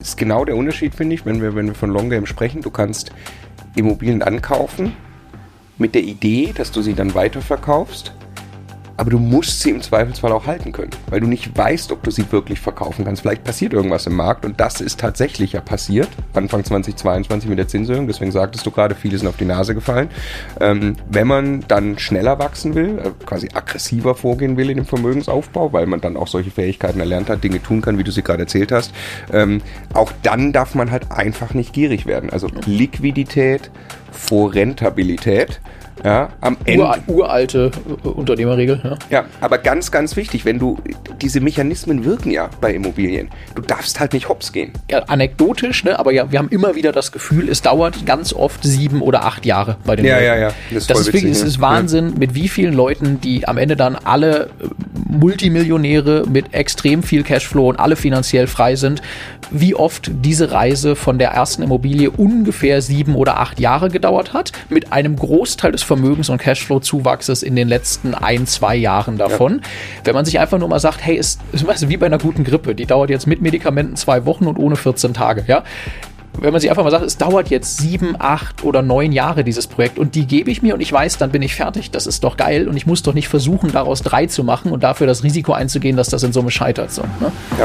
ist genau der Unterschied, finde ich, wenn wir von Long Game sprechen. Du kannst Immobilien ankaufen mit der Idee, dass du sie dann weiterverkaufst. Aber du musst sie im Zweifelsfall auch halten können, weil du nicht weißt, ob du sie wirklich verkaufen kannst. Vielleicht passiert irgendwas im Markt und das ist tatsächlich ja passiert, Anfang 2022 mit der Zinserhöhung, deswegen sagtest du gerade, viele sind auf die Nase gefallen. Wenn man dann schneller wachsen will, quasi aggressiver vorgehen will in dem Vermögensaufbau, weil man dann auch solche Fähigkeiten erlernt hat, Dinge tun kann, wie du sie gerade erzählt hast, auch dann darf man halt einfach nicht gierig werden. Also Liquidität vor Rentabilität. Ja, am Ende. Uralte Unternehmerregel. Ja. Ja, aber ganz, ganz wichtig, diese Mechanismen wirken ja bei Immobilien. Du darfst halt nicht hops gehen. Ja, anekdotisch, ne? Aber ja, wir haben immer wieder das Gefühl, es dauert ganz oft 7 oder 8 Jahre bei den Leuten. Ja. Das ist wirklich, es ist Wahnsinn, mit wie vielen Leuten, die am Ende dann alle Multimillionäre mit extrem viel Cashflow und alle finanziell frei sind, wie oft diese Reise von der ersten Immobilie ungefähr 7 oder 8 Jahre gedauert hat, mit einem Großteil des Vermögens- und Cashflow-Zuwachses in den letzten 1-2 Jahren davon. Ja. Wenn man sich einfach nur mal sagt, hey, ist wie bei einer guten Grippe, die dauert jetzt mit Medikamenten 2 Wochen und ohne 14 Tage, ja. Wenn man sich einfach mal sagt, es dauert jetzt 7, 8 oder 9 Jahre, dieses Projekt, und die gebe ich mir und ich weiß, dann bin ich fertig. Das ist doch geil und ich muss doch nicht versuchen, daraus 3 zu machen und dafür das Risiko einzugehen, dass das in Summe scheitert. So, ne? Ja.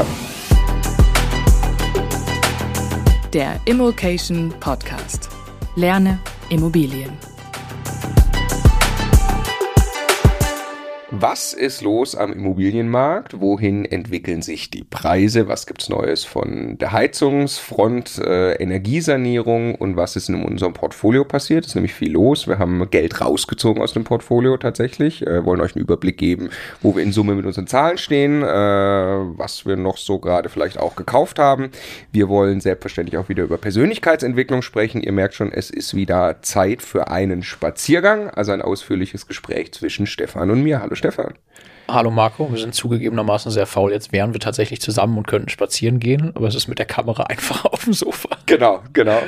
Der Immokation Podcast. Lerne Immobilien. Was ist los am Immobilienmarkt? Wohin entwickeln sich die Preise? Was gibt's Neues von der Heizungsfront, Energiesanierung und was ist in unserem Portfolio passiert? Es ist nämlich viel los. Wir haben Geld rausgezogen aus dem Portfolio tatsächlich, wollen euch einen Überblick geben, wo wir in Summe mit unseren Zahlen stehen, was wir noch so gerade vielleicht auch gekauft haben. Wir wollen selbstverständlich auch wieder über Persönlichkeitsentwicklung sprechen. Ihr merkt schon, es ist wieder Zeit für einen Spaziergang, also ein ausführliches Gespräch zwischen Stefan und mir. Hallo Stefan. Hallo Marco, wir sind zugegebenermaßen sehr faul. Jetzt wären wir tatsächlich zusammen und könnten spazieren gehen, aber es ist mit der Kamera einfach auf dem Sofa. Genau.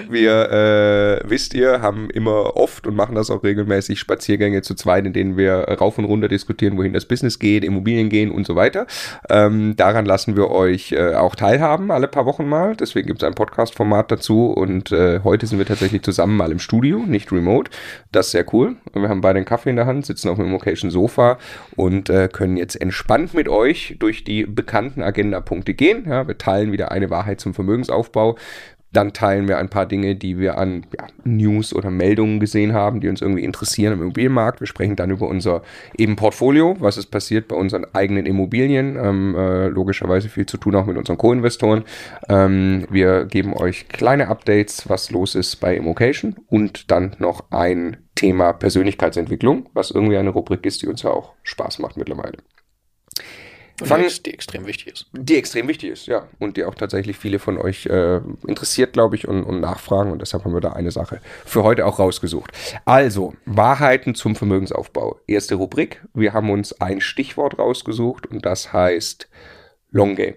Wir, wisst ihr, haben immer oft und machen das auch regelmäßig Spaziergänge zu zweit, in denen wir rauf und runter diskutieren, wohin das Business geht, Immobilien gehen und so weiter. Daran lassen wir euch auch teilhaben, alle paar Wochen mal. Deswegen gibt es ein Podcast-Format dazu und heute sind wir tatsächlich zusammen mal im Studio, nicht remote. Das ist sehr cool. Wir haben beide einen Kaffee in der Hand, sitzen auf dem Immocation-Sofa und können jetzt entspannt mit euch durch die bekannten Agendapunkte gehen. Ja, wir teilen wieder eine Wahrheit zum Vermögensaufbau. Dann teilen wir ein paar Dinge, die wir an News oder Meldungen gesehen haben, die uns irgendwie interessieren im Immobilienmarkt. Wir sprechen dann über unser eben Portfolio, was ist passiert bei unseren eigenen Immobilien. Logischerweise viel zu tun auch mit unseren Co-Investoren. Wir geben euch kleine Updates, was los ist bei Immokation und dann noch ein Thema Persönlichkeitsentwicklung, was irgendwie eine Rubrik ist, die uns ja auch Spaß macht mittlerweile. Die extrem wichtig ist. Die extrem wichtig ist, ja. Und die auch tatsächlich viele von euch interessiert, glaube ich, und nachfragen. Und deshalb haben wir da eine Sache für heute auch rausgesucht. Also, Wahrheiten zum Vermögensaufbau. Erste Rubrik. Wir haben uns ein Stichwort rausgesucht und das heißt Long Game.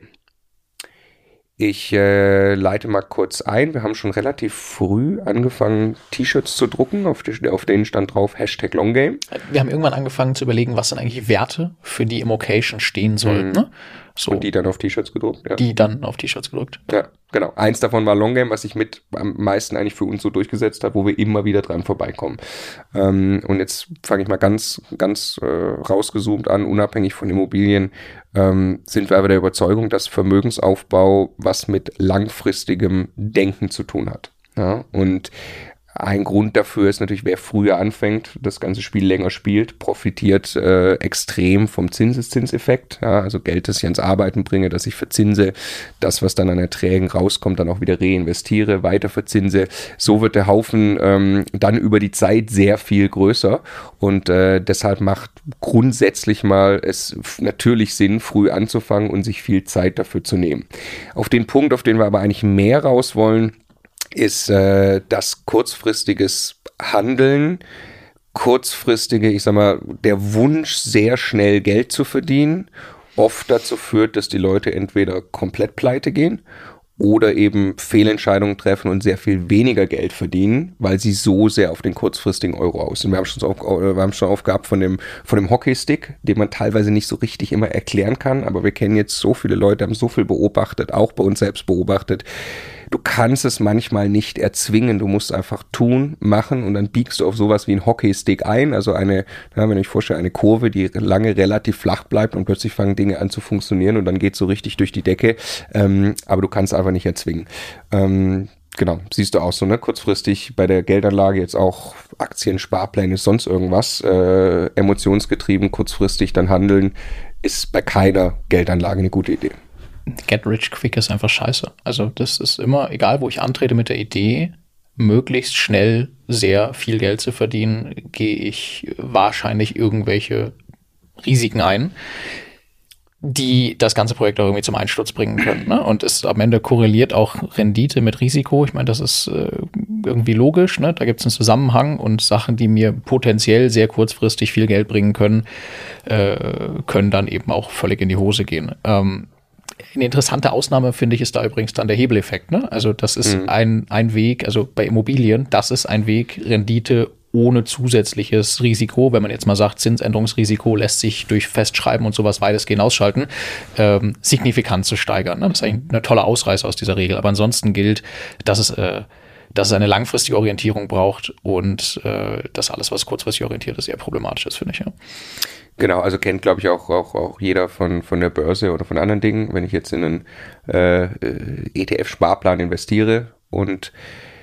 Ich leite mal kurz ein. Wir haben schon relativ früh angefangen, T-Shirts zu drucken, auf denen stand drauf #LongGame. Wir haben irgendwann angefangen zu überlegen, was dann eigentlich Werte für die Immokation stehen sollten. Ne? So. Und die dann auf T-Shirts gedruckt. Ja. Die dann auf T-Shirts gedruckt. Ja, genau. Eins davon war Long Game, was sich mit am meisten eigentlich für uns so durchgesetzt hat, wo wir immer wieder dran vorbeikommen. Und jetzt fange ich mal ganz rausgezoomt an, unabhängig von Immobilien, sind wir aber der Überzeugung, dass Vermögensaufbau was mit langfristigem Denken zu tun hat. Ja, und ein Grund dafür ist natürlich, wer früher anfängt, das ganze Spiel länger spielt, profitiert extrem vom Zinseszinseffekt. Ja, also Geld, das ich ans Arbeiten bringe, das ich verzinse, das, was dann an Erträgen rauskommt, dann auch wieder reinvestiere, weiter verzinse. So wird der Haufen dann über die Zeit sehr viel größer und deshalb macht grundsätzlich mal es natürlich Sinn, früh anzufangen und sich viel Zeit dafür zu nehmen. Auf den Punkt, auf den wir aber eigentlich mehr raus wollen, ist das kurzfristiges Handeln, der Wunsch, sehr schnell Geld zu verdienen, oft dazu führt, dass die Leute entweder komplett pleite gehen oder eben Fehlentscheidungen treffen und sehr viel weniger Geld verdienen, weil sie so sehr auf den kurzfristigen Euro aus sind. Wir haben schon aufgehabt von dem Hockeystick, den man teilweise nicht so richtig immer erklären kann, aber wir kennen jetzt so viele Leute, haben so viel beobachtet, auch bei uns selbst beobachtet. Du kannst es manchmal nicht erzwingen, du musst einfach tun, machen und dann biegst du auf sowas wie ein Hockeystick ein, also wenn ich mir vorstelle, eine Kurve, die lange relativ flach bleibt und plötzlich fangen Dinge an zu funktionieren und dann geht es so richtig durch die Decke, aber du kannst einfach nicht erzwingen. Genau, siehst du auch so, ne? Kurzfristig bei der Geldanlage jetzt auch Aktien, Sparpläne, sonst irgendwas, emotionsgetrieben, kurzfristig dann handeln, ist bei keiner Geldanlage eine gute Idee. Get rich quick ist einfach scheiße. Also das ist immer, egal wo ich antrete mit der Idee, möglichst schnell sehr viel Geld zu verdienen, gehe ich wahrscheinlich irgendwelche Risiken ein, die das ganze Projekt auch irgendwie zum Einsturz bringen können. Ne? Und es am Ende korreliert auch Rendite mit Risiko. Ich meine, das ist irgendwie logisch. Ne? Da gibt es einen Zusammenhang und Sachen, die mir potenziell sehr kurzfristig viel Geld bringen können, können dann eben auch völlig in die Hose gehen. Eine interessante Ausnahme, finde ich, ist da übrigens dann der Hebeleffekt. Ne? Also das ist ein Weg, also bei Immobilien, das ist ein Weg, Rendite ohne zusätzliches Risiko, wenn man jetzt mal sagt, Zinsänderungsrisiko lässt sich durch Festschreiben und sowas weitestgehend ausschalten, signifikant zu steigern. Ne? Das ist eigentlich eine tolle Ausreißer aus dieser Regel. Aber ansonsten gilt, dass es eine langfristige Orientierung braucht und dass alles, was kurzfristig orientiert ist, eher problematisch ist, finde ich. Ja. Genau, also kennt, glaube ich, auch jeder von der Börse oder von anderen Dingen, wenn ich jetzt in einen ETF-Sparplan investiere und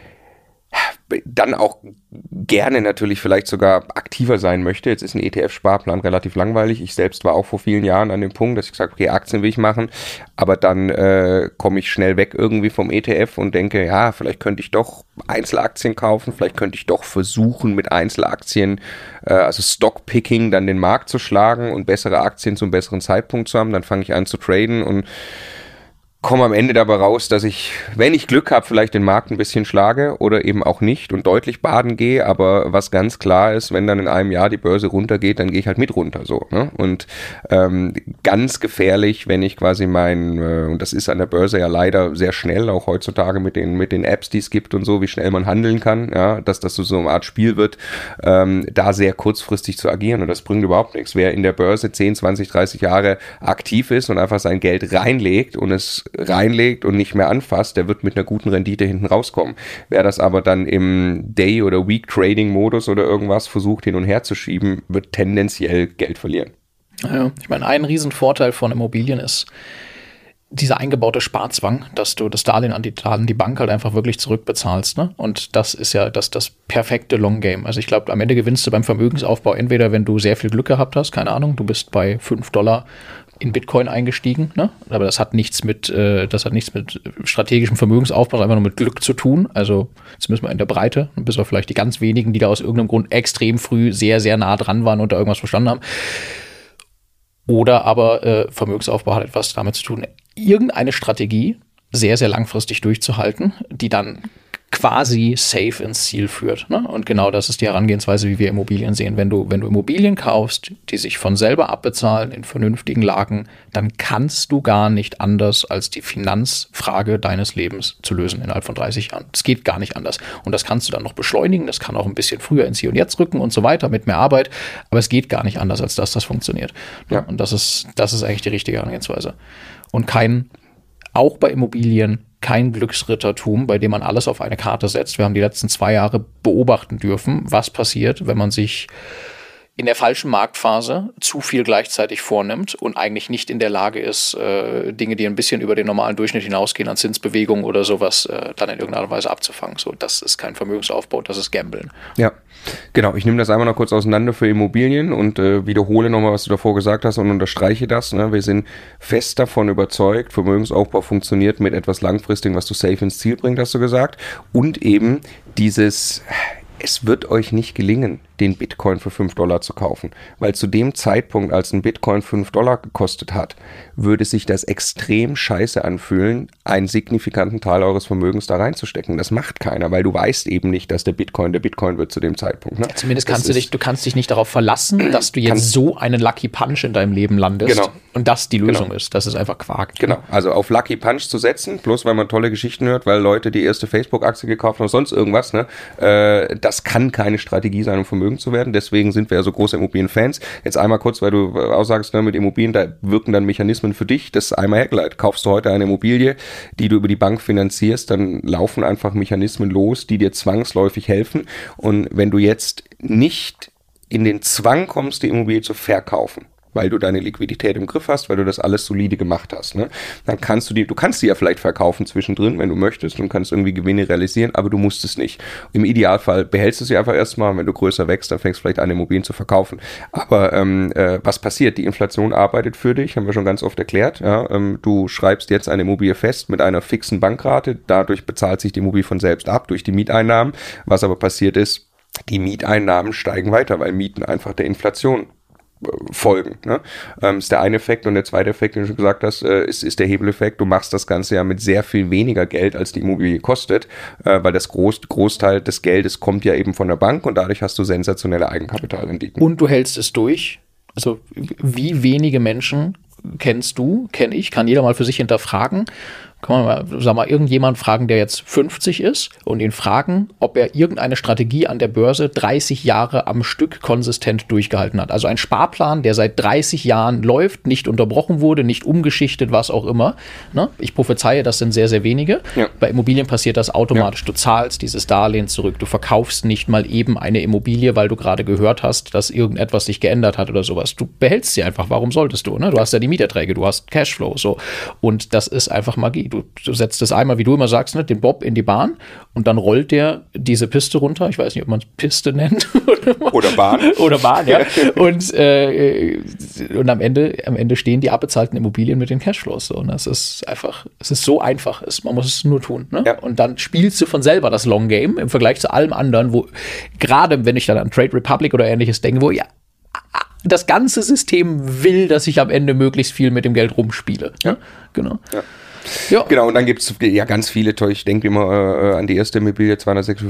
dann auch gerne natürlich vielleicht sogar aktiver sein möchte. Jetzt ist ein ETF-Sparplan relativ langweilig. Ich selbst war auch vor vielen Jahren an dem Punkt, dass ich gesagt habe, okay, Aktien will ich machen, aber dann komme ich schnell weg irgendwie vom ETF und denke, ja, vielleicht könnte ich doch Einzelaktien kaufen, vielleicht könnte ich doch versuchen mit Einzelaktien, also Stockpicking, dann den Markt zu schlagen und bessere Aktien zum besseren Zeitpunkt zu haben. Dann fange ich an zu traden und komme am Ende dabei raus, dass ich, wenn ich Glück habe, vielleicht den Markt ein bisschen schlage oder eben auch nicht und deutlich baden gehe, aber was ganz klar ist, wenn dann in einem Jahr die Börse runtergeht, dann gehe ich halt mit runter so. Ne? Und ganz gefährlich, wenn ich quasi und das ist an der Börse ja leider sehr schnell, auch heutzutage mit den Apps, die es gibt und so, wie schnell man handeln kann, ja, dass das so eine Art Spiel wird, da sehr kurzfristig zu agieren und das bringt überhaupt nichts. Wer in der Börse 10, 20, 30 Jahre aktiv ist und einfach sein Geld reinlegt und nicht mehr anfasst, der wird mit einer guten Rendite hinten rauskommen. Wer das aber dann im Day- oder Week-Trading-Modus oder irgendwas versucht hin und her zu schieben, wird tendenziell Geld verlieren. Ja, ich meine, ein Riesenvorteil von Immobilien ist dieser eingebaute Sparzwang, dass du das Darlehen an die Bank halt einfach wirklich zurückbezahlst. Ne? Und das ist ja das perfekte Long Game. Also ich glaube, am Ende gewinnst du beim Vermögensaufbau entweder, wenn du sehr viel Glück gehabt hast, keine Ahnung, du bist bei $5 in Bitcoin eingestiegen, ne? Aber das hat nichts mit strategischem Vermögensaufbau, einfach nur mit Glück zu tun. Also zumindest mal in der Breite, bis auf vielleicht die ganz wenigen, die da aus irgendeinem Grund extrem früh sehr, sehr nah dran waren und da irgendwas verstanden haben. Oder aber Vermögensaufbau hat etwas damit zu tun, irgendeine Strategie sehr, sehr langfristig durchzuhalten, die dann quasi safe ins Ziel führt. Ne? Und genau das ist die Herangehensweise, wie wir Immobilien sehen. Wenn du Immobilien kaufst, die sich von selber abbezahlen in vernünftigen Lagen, dann kannst du gar nicht anders, als die Finanzfrage deines Lebens zu lösen innerhalb von 30 Jahren. Es geht gar nicht anders. Und das kannst du dann noch beschleunigen, das kann auch ein bisschen früher ins Hier und Jetzt rücken und so weiter mit mehr Arbeit, aber es geht gar nicht anders, als dass das funktioniert. Ja. Und das ist eigentlich die richtige Herangehensweise. Und auch bei Immobilien, kein Glücksrittertum, bei dem man alles auf eine Karte setzt. Wir haben die letzten 2 Jahre beobachten dürfen, was passiert, wenn man sich in der falschen Marktphase zu viel gleichzeitig vornimmt und eigentlich nicht in der Lage ist, Dinge, die ein bisschen über den normalen Durchschnitt hinausgehen, an Zinsbewegungen oder sowas, dann in irgendeiner Weise abzufangen. So, das ist kein Vermögensaufbau, das ist Gambeln. Ja, genau. Ich nehme das einmal noch kurz auseinander für Immobilien und wiederhole nochmal, was du davor gesagt hast und unterstreiche das. Ne? Wir sind fest davon überzeugt, Vermögensaufbau funktioniert mit etwas Langfristigem, was du safe ins Ziel bringst, hast du gesagt. Und eben es wird euch nicht gelingen. den Bitcoin für $5 zu kaufen. Weil zu dem Zeitpunkt, als ein Bitcoin $5 gekostet hat, würde sich das extrem scheiße anfühlen, einen signifikanten Teil eures Vermögens da reinzustecken. Das macht keiner, weil du weißt eben nicht, dass der Bitcoin wird zu dem Zeitpunkt. Ne? Zumindest du kannst dich nicht darauf verlassen, dass du jetzt so einen Lucky Punch in deinem Leben landest und das die Lösung ist. Das ist einfach Quark. Genau, also auf Lucky Punch zu setzen, bloß weil man tolle Geschichten hört, weil Leute die erste Facebook-Aktie gekauft haben oder sonst irgendwas, ne? Das kann keine Strategie sein, um Vermögen zu werden. Deswegen sind wir ja so große Immobilienfans. Jetzt einmal kurz, weil du aussagst, ne, mit Immobilien, da wirken dann Mechanismen für dich. Das ist einmal hergeleitet. Kaufst du heute eine Immobilie, die du über die Bank finanzierst, dann laufen einfach Mechanismen los, die dir zwangsläufig helfen. Und wenn du jetzt nicht in den Zwang kommst, die Immobilie zu verkaufen, weil du deine Liquidität im Griff hast, weil du das alles solide gemacht hast, ne? Dann kannst du kannst die ja vielleicht verkaufen zwischendrin, wenn du möchtest, und kannst irgendwie Gewinne realisieren, aber du musst es nicht. Im Idealfall behältst du sie einfach erstmal, wenn du größer wächst, dann fängst du vielleicht an, Immobilien zu verkaufen. Aber was passiert? Die Inflation arbeitet für dich, haben wir schon ganz oft erklärt. Ja? Du schreibst jetzt eine Immobilie fest mit einer fixen Bankrate, dadurch bezahlt sich die Immobilie von selbst ab durch die Mieteinnahmen. Was aber passiert ist, die Mieteinnahmen steigen weiter, weil Mieten einfach der Inflation folgen. Ne? Ist der eine Effekt, und der zweite Effekt, den du schon gesagt hast, ist der Hebeleffekt. Du machst das Ganze ja mit sehr viel weniger Geld, als die Immobilie kostet, weil das Großteil des Geldes kommt ja eben von der Bank, und dadurch hast du sensationelle Eigenkapitalrenditen. Und du hältst es durch. Also wie wenige Menschen kenne ich, kann jeder mal für sich hinterfragen. Kann man mal, irgendjemand fragen, der jetzt 50 ist, und ihn fragen, ob er irgendeine Strategie an der Börse 30 Jahre am Stück konsistent durchgehalten hat. Also ein Sparplan, der seit 30 Jahren läuft, nicht unterbrochen wurde, nicht umgeschichtet, was auch immer. Ne? Ich prophezeie, das sind sehr, sehr wenige. Ja. Bei Immobilien passiert das automatisch. Ja. Du zahlst dieses Darlehen zurück. Du verkaufst nicht mal eben eine Immobilie, weil du gerade gehört hast, dass irgendetwas sich geändert hat oder sowas. Du behältst sie einfach. Warum solltest du? Ne? Du hast ja die Mieterträge, du hast Cashflow. So. Und das ist einfach Magie. Du setzt es einmal, wie du immer sagst, ne, den Bob in die Bahn, und dann rollt der diese Piste runter. Ich weiß nicht, ob man es Piste nennt. Oder Bahn. Oder Bahn, ja. Und am Ende stehen die abbezahlten Immobilien mit den Cashflows. So. Und es ist so einfach. Man muss es nur tun. Ne? Ja. Und dann spielst du von selber das Long Game im Vergleich zu allem anderen, wo, gerade wenn ich dann an Trade Republic oder Ähnliches denke, wo das ganze System will, dass ich am Ende möglichst viel mit dem Geld rumspiele. Ja, genau. Ja. Ja. Genau, und dann gibt es ja ganz viele, ich denke immer an die erste Immobilie,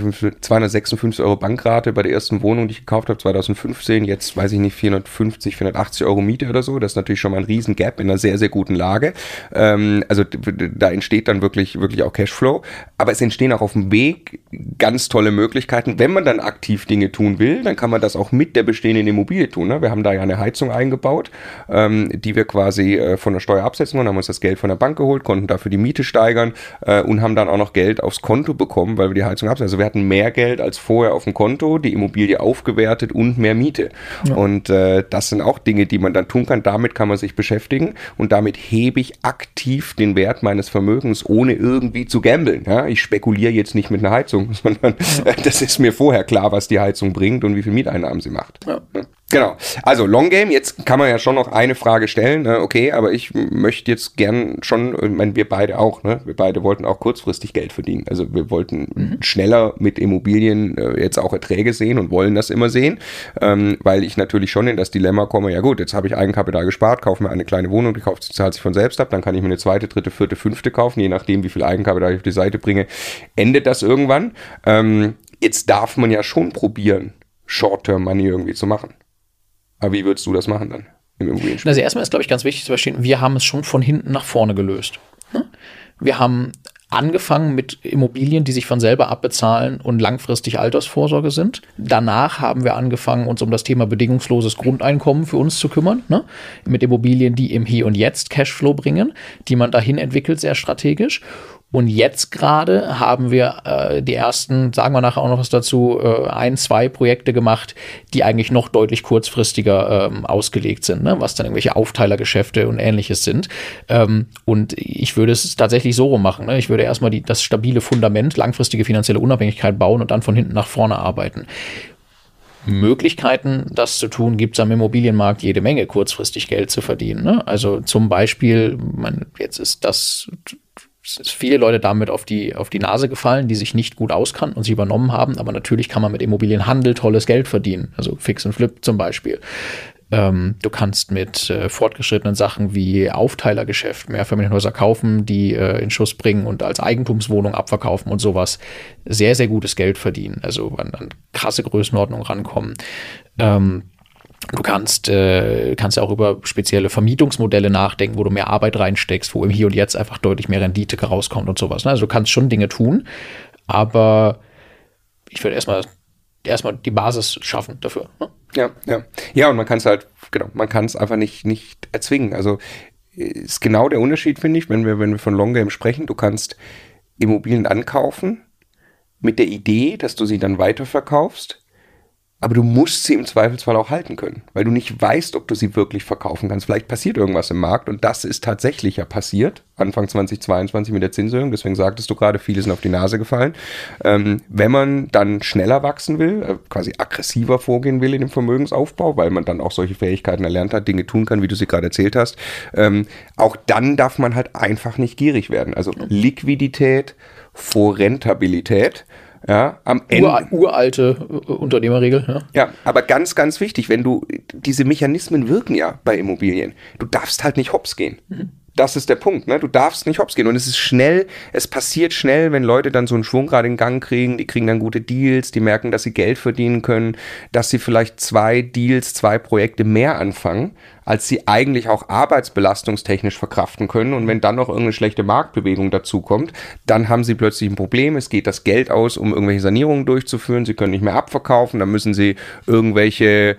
256 Euro Bankrate bei der ersten Wohnung, die ich gekauft habe, 2015, jetzt weiß ich nicht, 480 Euro Miete oder so, das ist natürlich schon mal ein riesen Gap in einer sehr, sehr guten Lage, also da entsteht dann wirklich auch Cashflow, aber es entstehen auch auf dem Weg ganz tolle Möglichkeiten. Wenn man dann aktiv Dinge tun will, dann kann man das auch mit der bestehenden Immobilie tun, ne? Wir haben da ja eine Heizung eingebaut, die wir quasi von der Steuer absetzen konnten, haben uns das Geld von der Bank geholt, konnten dafür die Miete steigern und haben dann auch noch Geld aufs Konto bekommen, weil wir die Heizung absetzen. Also wir hatten mehr Geld als vorher auf dem Konto, die Immobilie aufgewertet und mehr Miete. Ja. Und das sind auch Dinge, die man dann tun kann. Damit kann man sich beschäftigen, und damit hebe ich aktiv den Wert meines Vermögens, ohne irgendwie zu gambeln. Ja? Ich spekuliere jetzt nicht mit einer Heizung, sondern das ist mir vorher klar, was die Heizung bringt und wie viel Mieteinnahmen sie macht. Ja. Genau, also Long Game, jetzt kann man ja schon noch eine Frage stellen, ne? Okay, aber ich möchte jetzt gern schon, ich meine, wir beide auch, ne? Wir beide wollten auch kurzfristig Geld verdienen, also wir wollten schneller mit Immobilien jetzt auch Erträge sehen und wollen das immer sehen, weil ich natürlich schon in das Dilemma komme, ja gut, jetzt habe ich Eigenkapital gespart, kaufe mir eine kleine Wohnung, die zahlt sich von selbst ab, dann kann ich mir eine zweite, dritte, vierte, fünfte kaufen, je nachdem, wie viel Eigenkapital ich auf die Seite bringe, endet das irgendwann. Jetzt darf man ja schon probieren, Short-Term-Money irgendwie zu machen. Aber wie würdest du das machen dann im Immobilienspiel? Also erstmal ist, glaube ich, ganz wichtig zu verstehen, wir haben es schon von hinten nach vorne gelöst. Wir haben angefangen mit Immobilien, die sich von selber abbezahlen und langfristig Altersvorsorge sind. Danach haben wir angefangen, uns um das Thema bedingungsloses Grundeinkommen für uns zu kümmern. Ne? Mit Immobilien, die im Hier und Jetzt Cashflow bringen, die man dahin entwickelt, sehr strategisch. Und jetzt gerade haben wir die ersten, sagen wir nachher auch noch was dazu, 1-2 Projekte gemacht, die eigentlich noch deutlich kurzfristiger ausgelegt sind, ne? Was dann irgendwelche Aufteilergeschäfte und Ähnliches sind. Und ich würde es tatsächlich so rum machen. Ne? Ich würde erstmal das stabile Fundament, langfristige finanzielle Unabhängigkeit bauen und dann von hinten nach vorne arbeiten. Möglichkeiten, das zu tun, gibt es am Immobilienmarkt jede Menge, kurzfristig Geld zu verdienen. Ne? Also zum Beispiel, jetzt ist das sind viele Leute damit auf die Nase gefallen, die sich nicht gut auskannten und sie übernommen haben. Aber natürlich kann man mit Immobilienhandel tolles Geld verdienen. Also Fix and Flip zum Beispiel. Du kannst mit fortgeschrittenen Sachen wie Aufteilergeschäft Mehrfamilienhäuser kaufen, die in Schuss bringen und als Eigentumswohnung abverkaufen und sowas sehr, sehr gutes Geld verdienen. Also an krasse Größenordnung rankommen. Du kannst ja auch über spezielle Vermietungsmodelle nachdenken, wo du mehr Arbeit reinsteckst, wo im Hier und Jetzt einfach deutlich mehr Rendite rauskommt und sowas. Also du kannst schon Dinge tun, aber ich würde erstmal die Basis schaffen dafür. Ne? Ja, und man kann es halt, genau, man kann es einfach nicht erzwingen. Also ist genau der Unterschied, finde ich, wenn wir von Long Game sprechen. Du kannst Immobilien ankaufen mit der Idee, dass du sie dann weiterverkaufst. Aber du musst sie im Zweifelsfall auch halten können, weil du nicht weißt, ob du sie wirklich verkaufen kannst. Vielleicht passiert irgendwas im Markt und das ist tatsächlich ja passiert, Anfang 2022 mit der Zinserhöhung. Deswegen sagtest du gerade, viele sind auf die Nase gefallen. Wenn man dann schneller wachsen will, quasi aggressiver vorgehen will in dem Vermögensaufbau, weil man dann auch solche Fähigkeiten erlernt hat, Dinge tun kann, wie du sie gerade erzählt hast, auch dann darf man halt einfach nicht gierig werden. Also Liquidität vor Rentabilität. Ja, am Ende. Uralte Unternehmerregel. Ja. Ja, aber ganz, ganz wichtig, diese Mechanismen wirken ja bei Immobilien. Du darfst halt nicht hops gehen. Mhm. Das ist der Punkt, ne? Du darfst nicht hops gehen. Und es passiert schnell, wenn Leute dann so einen Schwung gerade in Gang kriegen, die kriegen dann gute Deals, die merken, dass sie Geld verdienen können, dass sie vielleicht 2 Projekte mehr anfangen, als sie eigentlich auch arbeitsbelastungstechnisch verkraften können. Und wenn dann noch irgendeine schlechte Marktbewegung dazukommt, dann haben sie plötzlich ein Problem. Es geht das Geld aus, um irgendwelche Sanierungen durchzuführen. Sie können nicht mehr abverkaufen. Dann müssen sie irgendwelche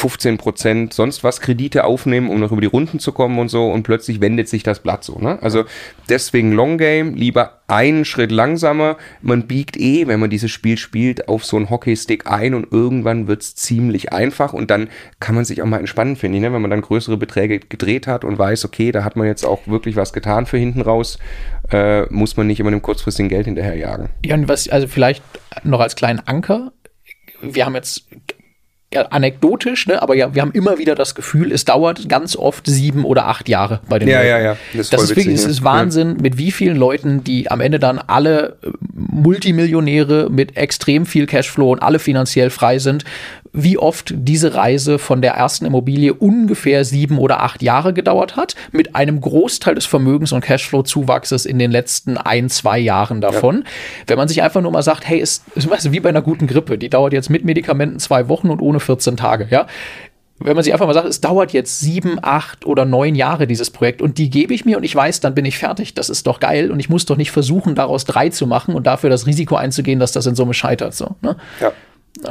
15% sonst was Kredite aufnehmen, um noch über die Runden zu kommen und so. Und plötzlich wendet sich das Blatt so. Ne? Also deswegen Long Game, lieber einen Schritt langsamer. Man biegt wenn man dieses Spiel spielt, auf so einen Hockeystick ein und irgendwann wird es ziemlich einfach und dann kann man sich auch mal entspannen, finde ich, ne? Wenn man dann größere Beträge gedreht hat und weiß, okay, da hat man jetzt auch wirklich was getan für hinten raus, muss man nicht immer dem kurzfristigen Geld hinterherjagen. Ja, und also vielleicht noch als kleinen Anker, wir haben jetzt anekdotisch, ne, aber ja, wir haben immer wieder das Gefühl, es dauert ganz oft 7 oder 8 Jahre bei den Leuten. Ja. Das ist wirklich, es ist Wahnsinn, mit wie vielen Leuten, die am Ende dann alle Multimillionäre mit extrem viel Cashflow und alle finanziell frei sind, wie oft diese Reise von der ersten Immobilie ungefähr 7 oder 8 Jahre gedauert hat, mit einem Großteil des Vermögens- und Cashflow-Zuwachses in den letzten 1-2 Jahren davon. Ja. Wenn man sich einfach nur mal sagt, hey, ist wie bei einer guten Grippe, die dauert jetzt mit Medikamenten 2 Wochen und ohne 14 Tage, ja. Wenn man sich einfach mal sagt, es dauert jetzt 7, 8 oder 9 Jahre, dieses Projekt, und die gebe ich mir und ich weiß, dann bin ich fertig. Das ist doch geil und ich muss doch nicht versuchen, daraus 3 zu machen und dafür das Risiko einzugehen, dass das in Summe scheitert. So, ne? Ja.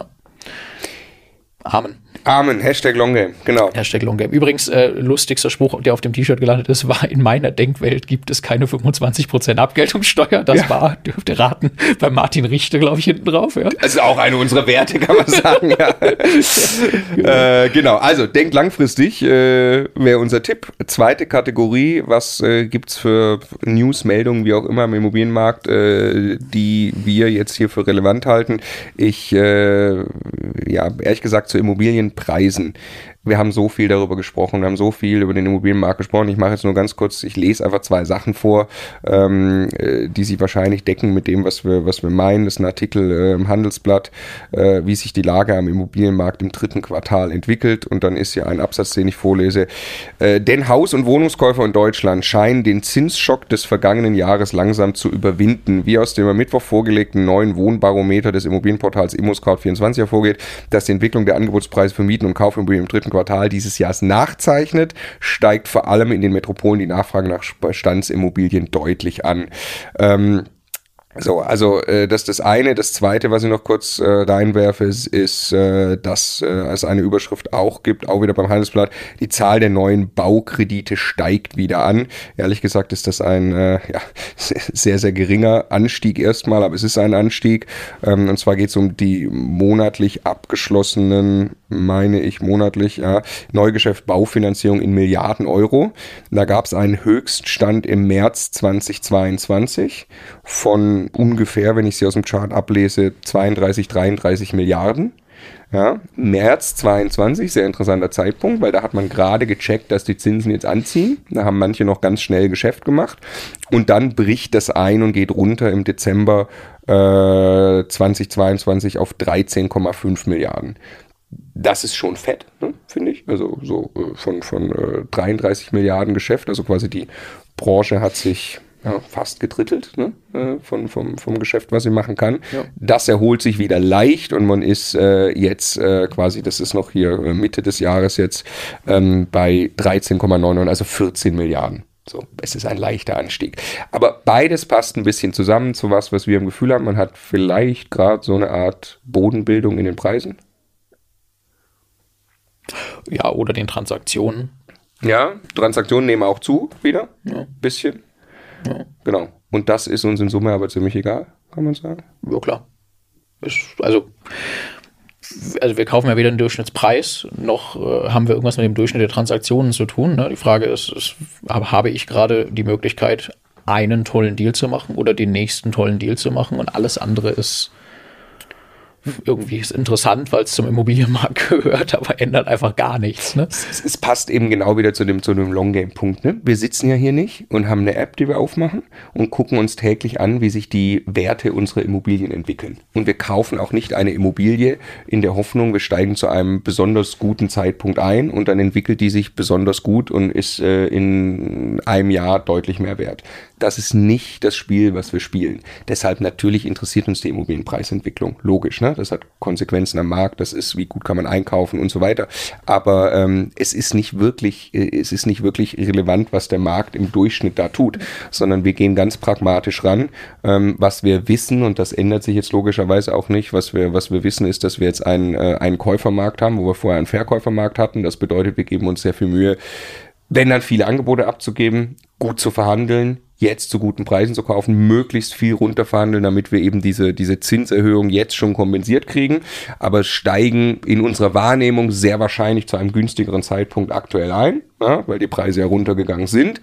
Amen. Hashtag Long Game, genau. Hashtag Long Game. Übrigens, lustigster Spruch, der auf dem T-Shirt gelandet ist, war: In meiner Denkwelt gibt es keine 25% Abgeltungssteuer. Das war, dürft ihr raten, bei Martin Richter, glaube ich, hinten drauf. Ja. Also auch eine unserer Werte, kann man sagen. Ja. Genau, also denkt langfristig, wäre unser Tipp. Zweite Kategorie, was gibt's für News-Meldungen, wie auch immer, im Immobilienmarkt, die wir jetzt hier für relevant halten. Ehrlich gesagt, zu Immobilienpreisen. Wir haben so viel darüber gesprochen, wir haben so viel über den Immobilienmarkt gesprochen. Ich mache jetzt nur ganz kurz, ich lese einfach 2 Sachen vor, die sich wahrscheinlich decken mit dem, was wir meinen. Das ist ein Artikel im Handelsblatt, wie sich die Lage am Immobilienmarkt im 3. Quartal entwickelt. Und dann ist hier ein Absatz, den ich vorlese. Denn Haus- und Wohnungskäufer in Deutschland scheinen den Zinsschock des vergangenen Jahres langsam zu überwinden. Wie aus dem am Mittwoch vorgelegten neuen Wohnbarometer des Immobilienportals ImmoScout24 hervorgeht, dass die Entwicklung der Angebotspreise für Mieten und Kaufimmobilien im 3. Quartal dieses Jahres nachzeichnet, steigt vor allem in den Metropolen die Nachfrage nach Bestandsimmobilien deutlich an. Das ist das eine. Das zweite, was ich noch kurz reinwerfe, ist, dass es eine Überschrift auch gibt, auch wieder beim Handelsblatt: Die Zahl der neuen Baukredite steigt wieder an. Ehrlich gesagt ist das ein sehr, sehr geringer Anstieg erstmal, aber es ist ein Anstieg. Und zwar geht es um die monatlich abgeschlossenen, Neugeschäft Baufinanzierung in Milliarden Euro. Da gab es einen Höchststand im März 2022 von ungefähr, wenn ich sie aus dem Chart ablese, 32, 33 Milliarden. Ja, März 22, sehr interessanter Zeitpunkt, weil da hat man gerade gecheckt, dass die Zinsen jetzt anziehen. Da haben manche noch ganz schnell Geschäft gemacht. Und dann bricht das ein und geht runter im Dezember 2022 auf 13,5 Milliarden. Das ist schon fett, ne, finde ich. Also so von 33 Milliarden Geschäft. Also quasi die Branche hat sich fast gedrittelt, ne, vom Geschäft, was sie machen kann. Ja. Das erholt sich wieder leicht und man ist jetzt quasi, das ist noch hier Mitte des Jahres jetzt, bei 13,99, also 14 Milliarden. So, es ist ein leichter Anstieg. Aber beides passt ein bisschen zusammen zu was wir im Gefühl haben. Man hat vielleicht gerade so eine Art Bodenbildung in den Preisen. Ja, oder den Transaktionen. Ja, Transaktionen nehmen auch zu wieder, bisschen. Ja. Genau. Und das ist uns in Summe aber ziemlich egal, kann man sagen. Ja, klar. Also wir kaufen ja weder den Durchschnittspreis, noch haben wir irgendwas mit dem Durchschnitt der Transaktionen zu tun. Ne? Die Frage ist, habe ich gerade die Möglichkeit, einen tollen Deal zu machen oder den nächsten tollen Deal zu machen, und alles andere ist irgendwie interessant, weil es zum Immobilienmarkt gehört, aber ändert einfach gar nichts. Ne? Es passt eben genau wieder zu dem Long-Game-Punkt. Ne? Wir sitzen ja hier nicht und haben eine App, die wir aufmachen und gucken uns täglich an, wie sich die Werte unserer Immobilien entwickeln. Und wir kaufen auch nicht eine Immobilie in der Hoffnung, wir steigen zu einem besonders guten Zeitpunkt ein und dann entwickelt die sich besonders gut und ist in einem Jahr deutlich mehr wert. Das ist nicht das Spiel, was wir spielen. Deshalb natürlich interessiert uns die Immobilienpreisentwicklung. Logisch, ne? Das hat Konsequenzen am Markt, das ist, wie gut kann man einkaufen und so weiter. Aber es ist nicht wirklich relevant, was der Markt im Durchschnitt da tut, sondern wir gehen ganz pragmatisch ran. Was wir wissen, und das ändert sich jetzt logischerweise auch nicht, was wir wissen, ist, dass wir jetzt einen Käufermarkt haben, wo wir vorher einen Verkäufermarkt hatten. Das bedeutet, wir geben uns sehr viel Mühe, wenn dann viele Angebote abzugeben, gut zu verhandeln, jetzt zu guten Preisen zu kaufen, möglichst viel runterverhandeln, damit wir eben diese Zinserhöhung jetzt schon kompensiert kriegen, aber steigen in unserer Wahrnehmung sehr wahrscheinlich zu einem günstigeren Zeitpunkt aktuell ein, ja, weil die Preise ja runtergegangen sind.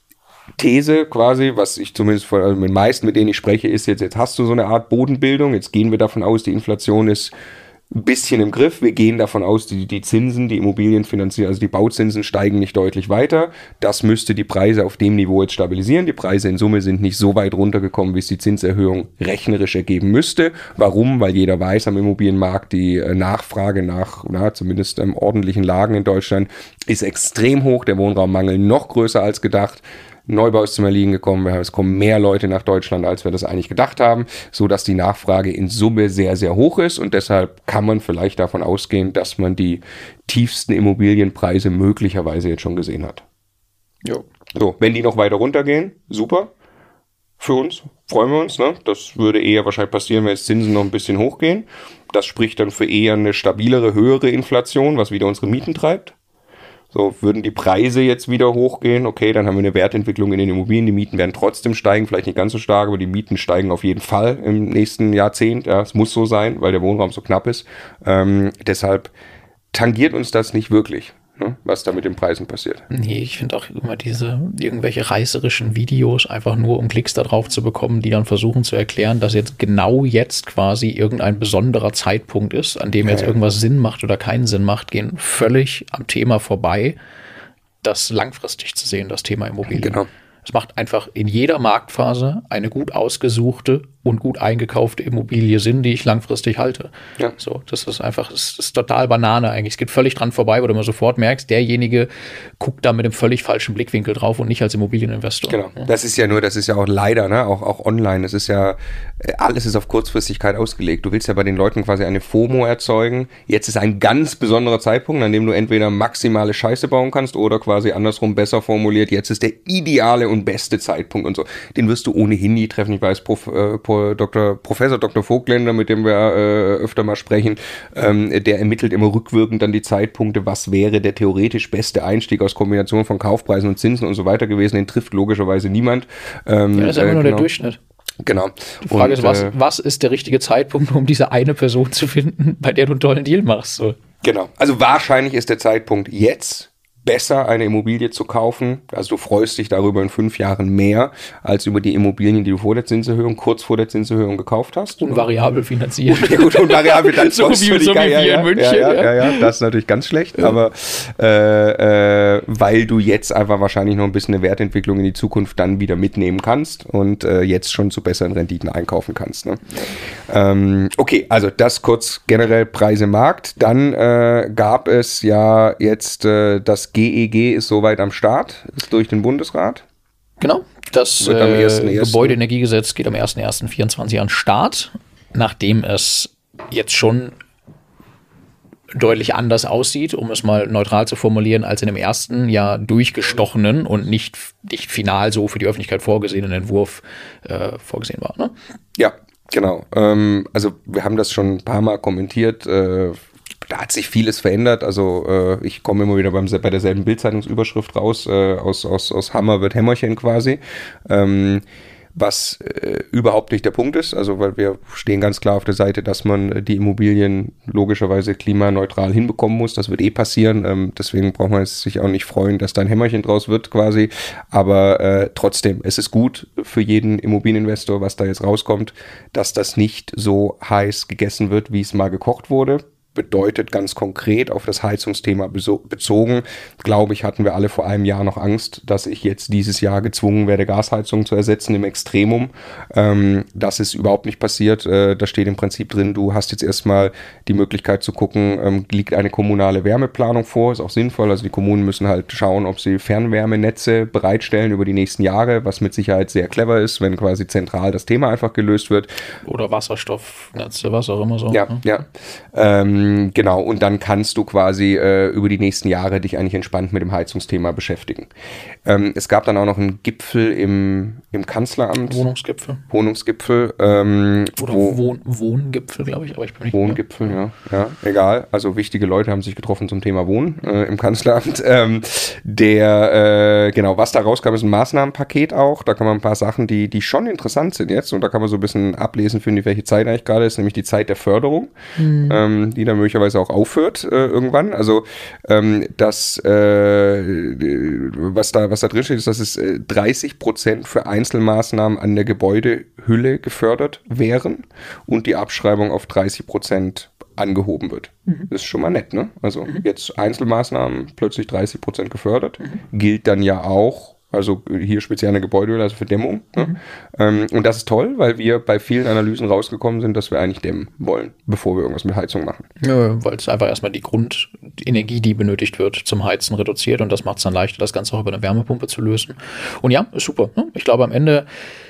These quasi, was ich zumindest mit den meisten, mit denen ich spreche, ist jetzt hast du so eine Art Bodenbildung, jetzt gehen wir davon aus, die Inflation ist ein bisschen im Griff. Wir gehen davon aus, die Zinsen, die Immobilienfinanzierung, also die Bauzinsen steigen nicht deutlich weiter. Das müsste die Preise auf dem Niveau jetzt stabilisieren. Die Preise in Summe sind nicht so weit runtergekommen, wie es die Zinserhöhung rechnerisch ergeben müsste. Warum? Weil jeder weiß am Immobilienmarkt, die Nachfrage nach zumindest ordentlichen Lagen in Deutschland ist extrem hoch. Der Wohnraummangel noch größer als gedacht. Neubau ist zum Erliegen gekommen, es kommen mehr Leute nach Deutschland, als wir das eigentlich gedacht haben, so dass die Nachfrage in Summe sehr, sehr hoch ist, und deshalb kann man vielleicht davon ausgehen, dass man die tiefsten Immobilienpreise möglicherweise jetzt schon gesehen hat. Jo. So, wenn die noch weiter runtergehen, super. Für uns, freuen wir uns, ne? Das würde eher wahrscheinlich passieren, wenn jetzt Zinsen noch ein bisschen hochgehen. Das spricht dann für eher eine stabilere, höhere Inflation, was wieder unsere Mieten treibt. So, würden die Preise jetzt wieder hochgehen, okay, dann haben wir eine Wertentwicklung in den Immobilien, die Mieten werden trotzdem steigen, vielleicht nicht ganz so stark, aber die Mieten steigen auf jeden Fall im nächsten Jahrzehnt, ja, es muss so sein, weil der Wohnraum so knapp ist, deshalb tangiert uns das nicht wirklich, ne, was da mit den Preisen passiert. Nee, ich finde auch immer irgendwelche reißerischen Videos, einfach nur um Klicks da drauf zu bekommen, die dann versuchen zu erklären, dass jetzt quasi irgendein besonderer Zeitpunkt ist, an dem jetzt irgendwas Sinn macht oder keinen Sinn macht, gehen völlig am Thema vorbei, das langfristig zu sehen, das Thema Immobilien. Genau. Es macht einfach in jeder Marktphase eine gut ausgesuchte und gut eingekaufte Immobilie Sinn, die ich langfristig halte. Ja. So, das ist einfach, es ist total Banane eigentlich. Es geht völlig dran vorbei, wo du immer sofort merkst, derjenige guckt da mit einem völlig falschen Blickwinkel drauf und nicht als Immobilieninvestor. Genau. Ja. Das ist ja auch leider, ne, auch online. Es ist ja, alles ist auf Kurzfristigkeit ausgelegt. Du willst ja bei den Leuten quasi eine FOMO erzeugen. Jetzt ist ein ganz besonderer Zeitpunkt, an dem du entweder maximale Scheiße bauen kannst oder quasi andersrum besser formuliert, jetzt ist der ideale und beste Zeitpunkt und so. Den wirst du ohnehin nie treffen. Ich weiß, Professor Dr. Vogtländer, mit dem wir öfter mal sprechen, der ermittelt immer rückwirkend dann die Zeitpunkte, was wäre der theoretisch beste Einstieg aus Kombination von Kaufpreisen und Zinsen und so weiter gewesen. Den trifft logischerweise niemand. Ja, das ist einfach nur der Durchschnitt. Genau. Die Frage ist, was ist der richtige Zeitpunkt, um diese eine Person zu finden, bei der du einen tollen Deal machst? So. Genau. Also wahrscheinlich ist der Zeitpunkt jetzt. besser, eine Immobilie zu kaufen. Also du freust dich darüber in 5 Jahren mehr, als über die Immobilien, die du vor der Zinserhöhung, kurz vor der Zinserhöhung gekauft hast. Und variabel finanziert. Und variabel dann so wie wir in München. Ja, das ist natürlich ganz schlecht, aber weil du jetzt einfach wahrscheinlich noch ein bisschen eine Wertentwicklung in die Zukunft dann wieder mitnehmen kannst und jetzt schon zu besseren Renditen einkaufen kannst. Ne? Okay, also das kurz generell Preise Markt. Dann gab es ja jetzt das GEG ist soweit am Start, ist durch den Bundesrat. Genau, das Gebäudeenergiegesetz geht am 01.01.2024 an den Start, nachdem es jetzt schon deutlich anders aussieht, um es mal neutral zu formulieren, als in dem ersten Jahr durchgestochenen und nicht final so für die Öffentlichkeit vorgesehenen Entwurf vorgesehen war. Ne? Ja, genau. Also wir haben das schon ein paar Mal kommentiert. Da hat sich vieles verändert. Also ich komme immer wieder bei derselben Bild-Zeitungsüberschrift raus. Aus Hammer wird Hämmerchen quasi. Was überhaupt nicht der Punkt ist, also weil wir stehen ganz klar auf der Seite, dass man die Immobilien logischerweise klimaneutral hinbekommen muss. Das wird passieren, deswegen braucht man sich auch nicht freuen, dass da ein Hämmerchen draus wird quasi, aber trotzdem, es ist gut für jeden Immobilieninvestor, was da jetzt rauskommt, dass das nicht so heiß gegessen wird, wie es mal gekocht wurde. Bedeutet ganz konkret auf das Heizungsthema bezogen, glaube ich, hatten wir alle vor einem Jahr noch Angst, dass ich jetzt dieses Jahr gezwungen werde, Gasheizungen zu ersetzen im Extremum. Das ist überhaupt nicht passiert. Da steht im Prinzip drin, du hast jetzt erstmal die Möglichkeit zu gucken, liegt eine kommunale Wärmeplanung vor, ist auch sinnvoll. Also die Kommunen müssen halt schauen, ob sie Fernwärmenetze bereitstellen über die nächsten Jahre, was mit Sicherheit sehr clever ist, wenn quasi zentral das Thema einfach gelöst wird. Oder Wasserstoffnetze, was auch immer so. Ja. Genau, und dann kannst du quasi über die nächsten Jahre dich eigentlich entspannt mit dem Heizungsthema beschäftigen. Es gab dann auch noch einen Gipfel im Kanzleramt. Wohnungsgipfel. Oder Wohngipfel, glaube ich, aber ich bin nicht Wohngipfel, ja, egal. Also wichtige Leute haben sich getroffen zum Thema Wohnen im Kanzleramt. Genau, was da rauskam, ist ein Maßnahmenpaket auch. Da kann man ein paar Sachen, die schon interessant sind jetzt, und da kann man so ein bisschen ablesen, finde ich, welche Zeit eigentlich gerade ist, nämlich die Zeit der Förderung, die dann möglicherweise auch aufhört irgendwann. Also was da drin steht, ist, dass es 30% für Einzelmaßnahmen an der Gebäudehülle gefördert wären und die Abschreibung auf 30% angehoben wird. Das ist schon mal nett, ne? Also jetzt Einzelmaßnahmen plötzlich 30% gefördert, gilt dann ja auch, also hier speziell eine Gebäudehülle, also für Dämmung. Ne? Und das ist toll, weil wir bei vielen Analysen rausgekommen sind, dass wir eigentlich dämmen wollen, bevor wir irgendwas mit Heizung machen. Ja, weil es einfach erstmal die Grundenergie, die benötigt wird, zum Heizen reduziert, und das macht es dann leichter, das Ganze auch über eine Wärmepumpe zu lösen. Und ja, ist super. Ne? Ich glaube am Ende,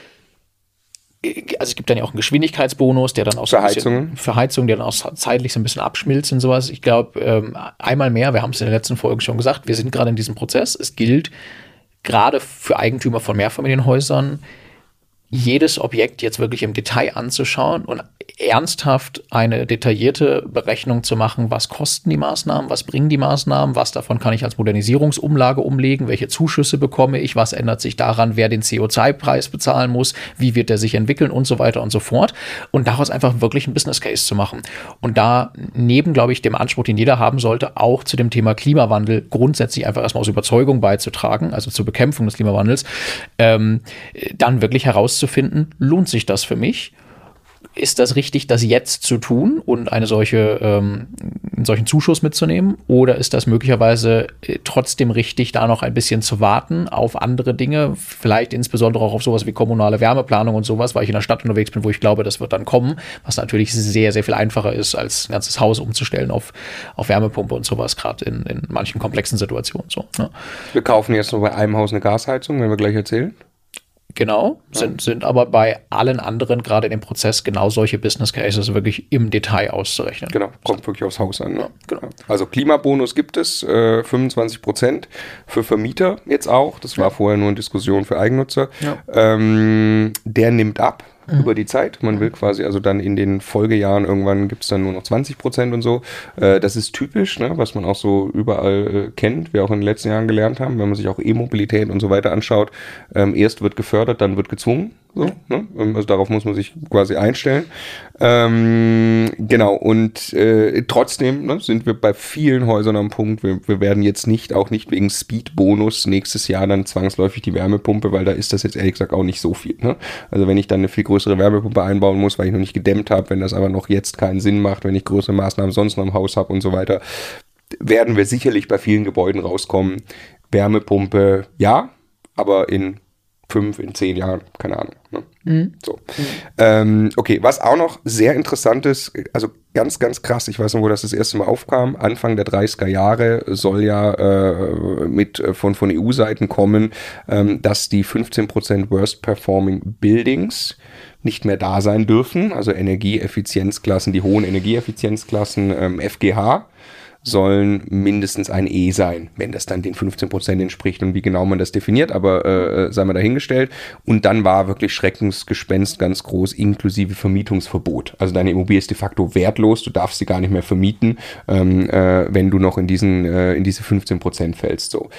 also es gibt dann ja auch einen Geschwindigkeitsbonus, der dann auch für Heizungen, der dann auch zeitlich so ein bisschen abschmilzt und sowas. Ich glaube, einmal mehr, wir haben es in der letzten Folge schon gesagt, wir sind gerade in diesem Prozess. Es gilt, gerade für Eigentümer von Mehrfamilienhäusern, jedes Objekt jetzt wirklich im Detail anzuschauen und ernsthaft eine detaillierte Berechnung zu machen, was kosten die Maßnahmen, was bringen die Maßnahmen, was davon kann ich als Modernisierungsumlage umlegen, welche Zuschüsse bekomme ich, was ändert sich daran, wer den CO2-Preis bezahlen muss, wie wird der sich entwickeln und so weiter und so fort, und daraus einfach wirklich ein Business Case zu machen. Und da neben, glaube ich, dem Anspruch, den jeder haben sollte, auch zu dem Thema Klimawandel grundsätzlich einfach erstmal aus Überzeugung beizutragen, also zur Bekämpfung des Klimawandels, dann wirklich herauszufinden, lohnt sich das für mich? Ist das richtig, das jetzt zu tun und einen solchen Zuschuss mitzunehmen? Oder ist das möglicherweise trotzdem richtig, da noch ein bisschen zu warten auf andere Dinge? Vielleicht insbesondere auch auf sowas wie kommunale Wärmeplanung und sowas, weil ich in der Stadt unterwegs bin, wo ich glaube, das wird dann kommen, was natürlich sehr, sehr viel einfacher ist, als ein ganzes Haus umzustellen auf Wärmepumpe und sowas, gerade in manchen komplexen Situationen. So, ne? Wir kaufen jetzt nur bei einem Haus eine Gasheizung, wenn wir gleich erzählen. Genau, sind aber bei allen anderen gerade in dem Prozess genau solche Business Cases wirklich im Detail auszurechnen. Genau, kommt wirklich aufs Haus an. Ne? Ja, genau. Also Klimabonus gibt es, 25% für Vermieter jetzt auch. Das war vorher nur eine Diskussion für Eigennutzer. Ja. Der nimmt ab über die Zeit. Man will quasi also dann in den Folgejahren irgendwann gibt es dann nur noch 20% und so. Das ist typisch, ne, was man auch so überall kennt, wir auch in den letzten Jahren gelernt haben, wenn man sich auch E-Mobilität und so weiter anschaut. Erst wird gefördert, dann wird gezwungen. So, ne? Also darauf muss man sich quasi einstellen. Genau, und trotzdem, ne, sind wir bei vielen Häusern am Punkt, wir werden jetzt auch nicht wegen Speed-Bonus nächstes Jahr dann zwangsläufig die Wärmepumpe, weil da ist das jetzt ehrlich gesagt auch nicht so viel. Ne? Also wenn ich dann eine viel größere Wärmepumpe einbauen muss, weil ich noch nicht gedämmt habe, wenn das aber noch jetzt keinen Sinn macht, wenn ich größere Maßnahmen sonst noch im Haus habe und so weiter, werden wir sicherlich bei vielen Gebäuden rauskommen. Wärmepumpe, ja, aber in 5, in 10 Jahren, keine Ahnung. Ne? So. Okay, was auch noch sehr interessant ist, also ganz, ganz krass, ich weiß noch, wo das erste Mal aufkam, Anfang der 30er Jahre soll ja von EU-Seiten kommen, dass die 15% Worst Performing Buildings nicht mehr da sein dürfen, also Energieeffizienzklassen, die hohen Energieeffizienzklassen, FGH, sollen mindestens ein E sein, wenn das dann den 15% entspricht und wie genau man das definiert, aber sei mal dahingestellt. Und dann war wirklich Schreckensgespenst ganz groß, inklusive Vermietungsverbot. Also deine Immobilie ist de facto wertlos, du darfst sie gar nicht mehr vermieten, wenn du noch in diese 15% fällst. So.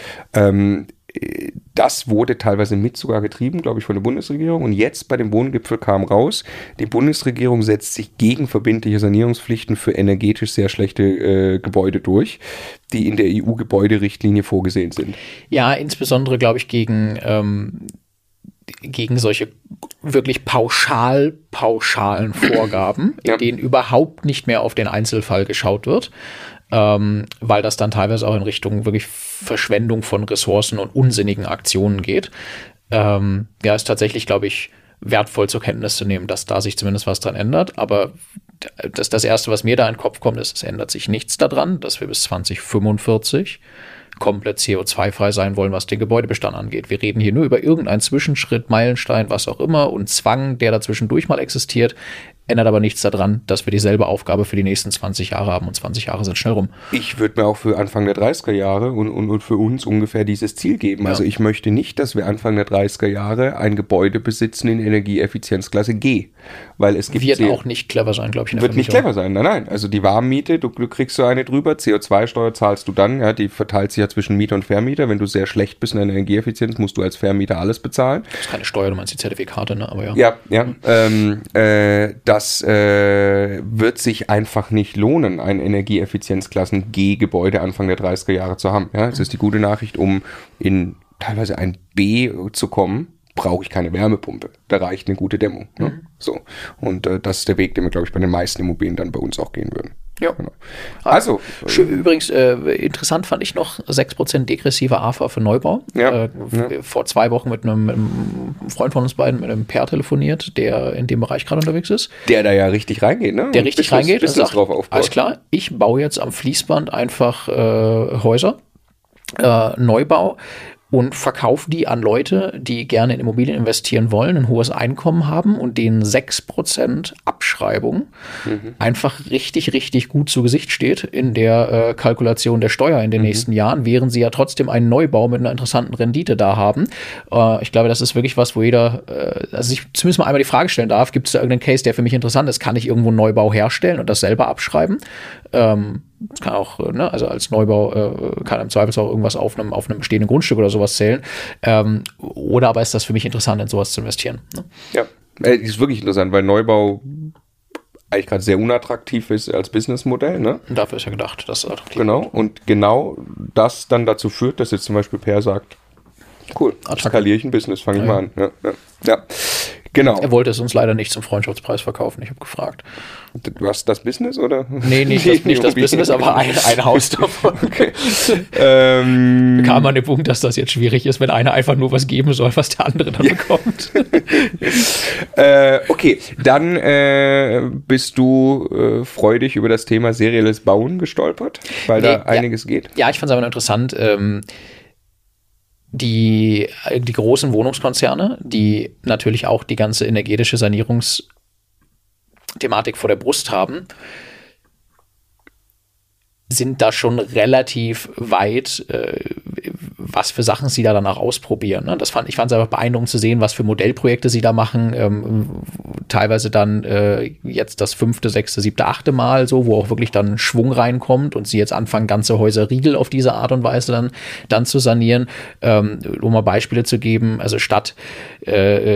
Das wurde teilweise mit sogar getrieben, glaube ich, von der Bundesregierung. Und jetzt bei dem Wohngipfel kam raus, die Bundesregierung setzt sich gegen verbindliche Sanierungspflichten für energetisch sehr schlechte Gebäude durch, die in der EU-Gebäuderichtlinie vorgesehen sind. Ja, insbesondere, glaube ich, gegen solche wirklich pauschalen Vorgaben, in denen überhaupt nicht mehr auf den Einzelfall geschaut wird. Weil das dann teilweise auch in Richtung wirklich Verschwendung von Ressourcen und unsinnigen Aktionen geht. Ist tatsächlich, glaube ich, wertvoll zur Kenntnis zu nehmen, dass da sich zumindest was dran ändert. Aber das Erste, was mir da in den Kopf kommt, ist, es ändert sich nichts daran, dass wir bis 2045 komplett CO2-frei sein wollen, was den Gebäudebestand angeht. Wir reden hier nur über irgendeinen Zwischenschritt, Meilenstein, was auch immer und Zwang, der dazwischendurch mal existiert, ändert aber nichts daran, dass wir dieselbe Aufgabe für die nächsten 20 Jahre haben und 20 Jahre sind schnell rum. Ich würde mir auch für Anfang der 30er Jahre und für uns ungefähr dieses Ziel geben. Ja. Also ich möchte nicht, dass wir Anfang der 30er Jahre ein Gebäude besitzen in Energieeffizienzklasse G. Weil es gibt wird auch nicht clever sein, glaube ich. Wird nicht clever sein, nein. Also die Warmmiete, du kriegst so eine drüber, CO2-Steuer zahlst du dann, ja, die verteilt sich ja zwischen Mieter und Vermieter. Wenn du sehr schlecht bist in der Energieeffizienz, musst du als Vermieter alles bezahlen. Das ist keine Steuer, du meinst die Zertifikate, ne? Aber ja. Das wird sich einfach nicht lohnen, ein Energieeffizienzklassen G-Gebäude Anfang der 30er Jahre zu haben. Ja, das ist die gute Nachricht, um in teilweise ein B zu kommen, brauche ich keine Wärmepumpe. Da reicht eine gute Dämmung. Ne? So. Und das ist der Weg, den wir, glaube ich, bei den meisten Immobilien dann bei uns auch gehen würden. Ja. Genau. Also. Übrigens, interessant fand ich noch 6% degressive AFA für Neubau. Ja. Vor 2 Wochen mit einem Freund von uns beiden, mit einem Pair telefoniert, der in dem Bereich gerade unterwegs ist. Der da ja richtig reingeht, ne? Der richtig reingeht und sagt, drauf aufbaut. Alles klar, ich baue jetzt am Fließband einfach Häuser, Neubau, und verkaufe die an Leute, die gerne in Immobilien investieren wollen, ein hohes Einkommen haben und denen 6% Abschreibung einfach richtig, richtig gut zu Gesicht steht in der Kalkulation der Steuer in den nächsten Jahren, während sie ja trotzdem einen Neubau mit einer interessanten Rendite da haben. Ich glaube, das ist wirklich was, wo jeder sich zumindest mal einmal die Frage stellen darf, gibt es da irgendeinen Case, der für mich interessant ist? Kann ich irgendwo einen Neubau herstellen und das selber abschreiben? Das kann auch, also als Neubau kann im Zweifelsfall auch irgendwas auf einem bestehenden Grundstück oder sowas zählen. Oder aber ist das für mich interessant, in sowas zu investieren? Ne? Ja, ist wirklich interessant, weil Neubau eigentlich gerade sehr unattraktiv ist als Businessmodell. Ne? Und dafür ist ja gedacht, dass es attraktiv Genau, wird. Und genau das dann dazu führt, dass jetzt zum Beispiel Per sagt, cool, skaliere ich ein Business, fange ich mal an. Ja. Genau. Er wollte es uns leider nicht zum Freundschaftspreis verkaufen. Ich habe gefragt. Du hast das Business, oder? Nee, nicht das Business, aber ein Haus davon. Okay. Kam an den Punkt, dass das jetzt schwierig ist, wenn einer einfach nur was geben soll, was der andere dann bekommt. Okay, dann bist du freudig über das Thema serielles Bauen gestolpert, weil da einiges geht. Ja, ich fand es aber interessant. Die großen Wohnungskonzerne, die natürlich auch die ganze energetische Sanierungsthematik vor der Brust haben, sind da schon relativ weit, was für Sachen sie da danach ausprobieren. Ne? Ich fand es einfach beeindruckend zu sehen, was für Modellprojekte sie da machen. Teilweise dann jetzt das 5., 6., 7., 8. Mal so, wo auch wirklich dann Schwung reinkommt und sie jetzt anfangen, ganze Häuser Riegel auf diese Art und Weise dann zu sanieren. Um mal Beispiele zu geben, also statt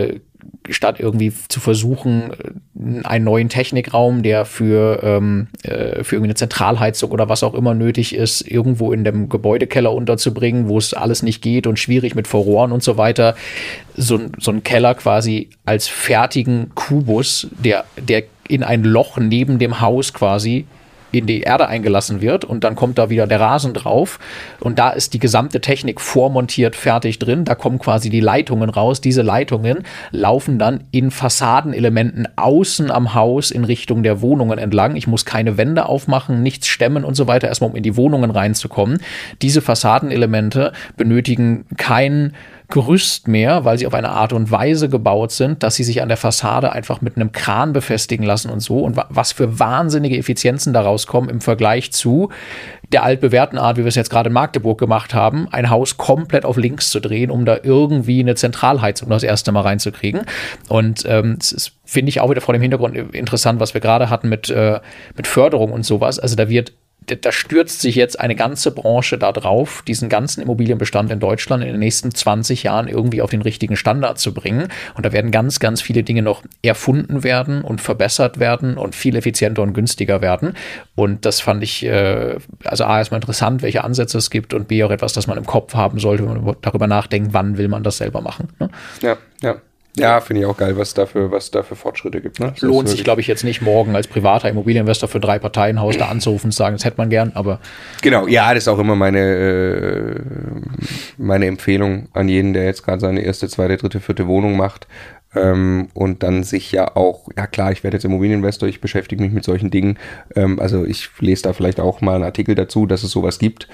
statt irgendwie zu versuchen, einen neuen Technikraum, der für irgendwie eine Zentralheizung oder was auch immer nötig ist, irgendwo in dem Gebäudekeller unterzubringen, wo es alles nicht geht und schwierig mit Rohren und so weiter, so ein Keller quasi als fertigen Kubus, der in ein Loch neben dem Haus quasi in die Erde eingelassen wird und dann kommt da wieder der Rasen drauf und da ist die gesamte Technik vormontiert fertig drin, da kommen quasi die Leitungen raus, diese Leitungen laufen dann in Fassadenelementen außen am Haus in Richtung der Wohnungen entlang, ich muss keine Wände aufmachen, nichts stemmen und so weiter, erstmal um in die Wohnungen reinzukommen. Diese Fassadenelemente benötigen kein Gerüst mehr, weil sie auf eine Art und Weise gebaut sind, dass sie sich an der Fassade einfach mit einem Kran befestigen lassen und so. Und was für wahnsinnige Effizienzen daraus kommen im Vergleich zu der altbewährten Art, wie wir es jetzt gerade in Magdeburg gemacht haben, ein Haus komplett auf links zu drehen, um da irgendwie eine Zentralheizung das erste Mal reinzukriegen. Und es ist, finde ich, auch wieder vor dem Hintergrund interessant, was wir gerade hatten mit Förderung und sowas. Also da stürzt sich jetzt eine ganze Branche da drauf, diesen ganzen Immobilienbestand in Deutschland in den nächsten 20 Jahren irgendwie auf den richtigen Standard zu bringen. Und da werden ganz, ganz viele Dinge noch erfunden werden und verbessert werden und viel effizienter und günstiger werden. Und das fand ich, also A, erstmal interessant, welche Ansätze es gibt und B, auch etwas, das man im Kopf haben sollte, wenn man darüber nachdenkt, wann will man das selber machen. Ne? Ja. Ja, finde ich auch geil, was da für Fortschritte gibt. Ne? Lohnt sich, glaube ich, jetzt nicht morgen als privater Immobilieninvestor für 3-Parteien-Haus da anzurufen und zu sagen, das hätte man gern, aber... Genau, ja, das ist auch immer meine Empfehlung an jeden, der jetzt gerade seine erste, zweite, dritte, vierte Wohnung macht. Und dann sich ja auch, ja klar, ich werde jetzt Immobilieninvestor, ich beschäftige mich mit solchen Dingen, also ich lese da vielleicht auch mal einen Artikel dazu, dass es sowas gibt,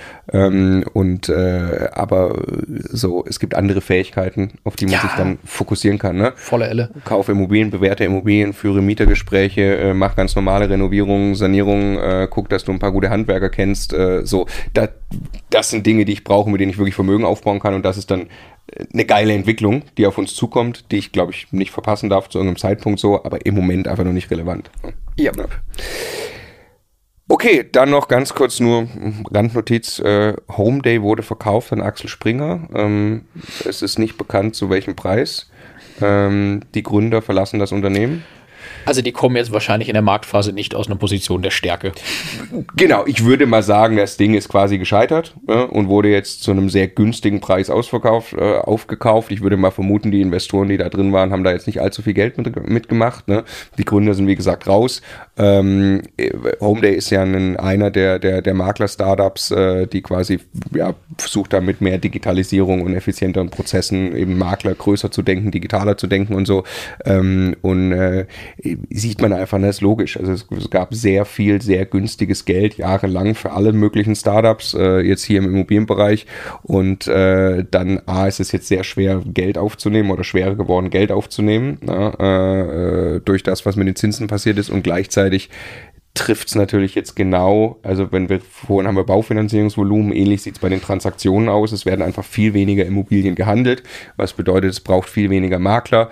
aber so, es gibt andere Fähigkeiten, auf die man sich dann fokussieren kann, ne? Volle Elle. Kauf Immobilien, bewerte Immobilien, führe Mietergespräche, mach ganz normale Renovierungen, Sanierungen, guck, dass du ein paar gute Handwerker kennst, so, das sind Dinge, die ich brauche, mit denen ich wirklich Vermögen aufbauen kann und das ist dann eine geile Entwicklung, die auf uns zukommt, die ich, glaube ich, nicht verpassen darf zu irgendeinem Zeitpunkt so, aber im Moment einfach noch nicht relevant. Ja. Okay, dann noch ganz kurz nur Randnotiz. Homeday wurde verkauft an Axel Springer. Es ist nicht bekannt, zu welchem Preis. Die Gründer verlassen das Unternehmen. Also die kommen jetzt wahrscheinlich in der Marktphase nicht aus einer Position der Stärke. Genau, ich würde mal sagen, das Ding ist quasi gescheitert und wurde jetzt zu einem sehr günstigen Preis aufgekauft. Ich würde mal vermuten, die Investoren, die da drin waren, haben da jetzt nicht allzu viel Geld mitgemacht. Ne? Die Gründer sind, wie gesagt, raus. Homeday ist ja einer der Makler-Startups, die quasi versucht da mit mehr Digitalisierung und effizienteren Prozessen eben Makler größer zu denken, digitaler zu denken und so. Sieht man einfach, das ist logisch. Also es gab sehr viel, sehr günstiges Geld, jahrelang für alle möglichen Startups, jetzt hier im Immobilienbereich. Und dann ist es jetzt sehr schwer, Geld aufzunehmen oder schwerer geworden, Geld aufzunehmen, durch das, was mit den Zinsen passiert ist. Und gleichzeitig trifft es natürlich jetzt genau, also vorhin haben wir Baufinanzierungsvolumen, ähnlich sieht es bei den Transaktionen aus, es werden einfach viel weniger Immobilien gehandelt, was bedeutet, es braucht viel weniger Makler,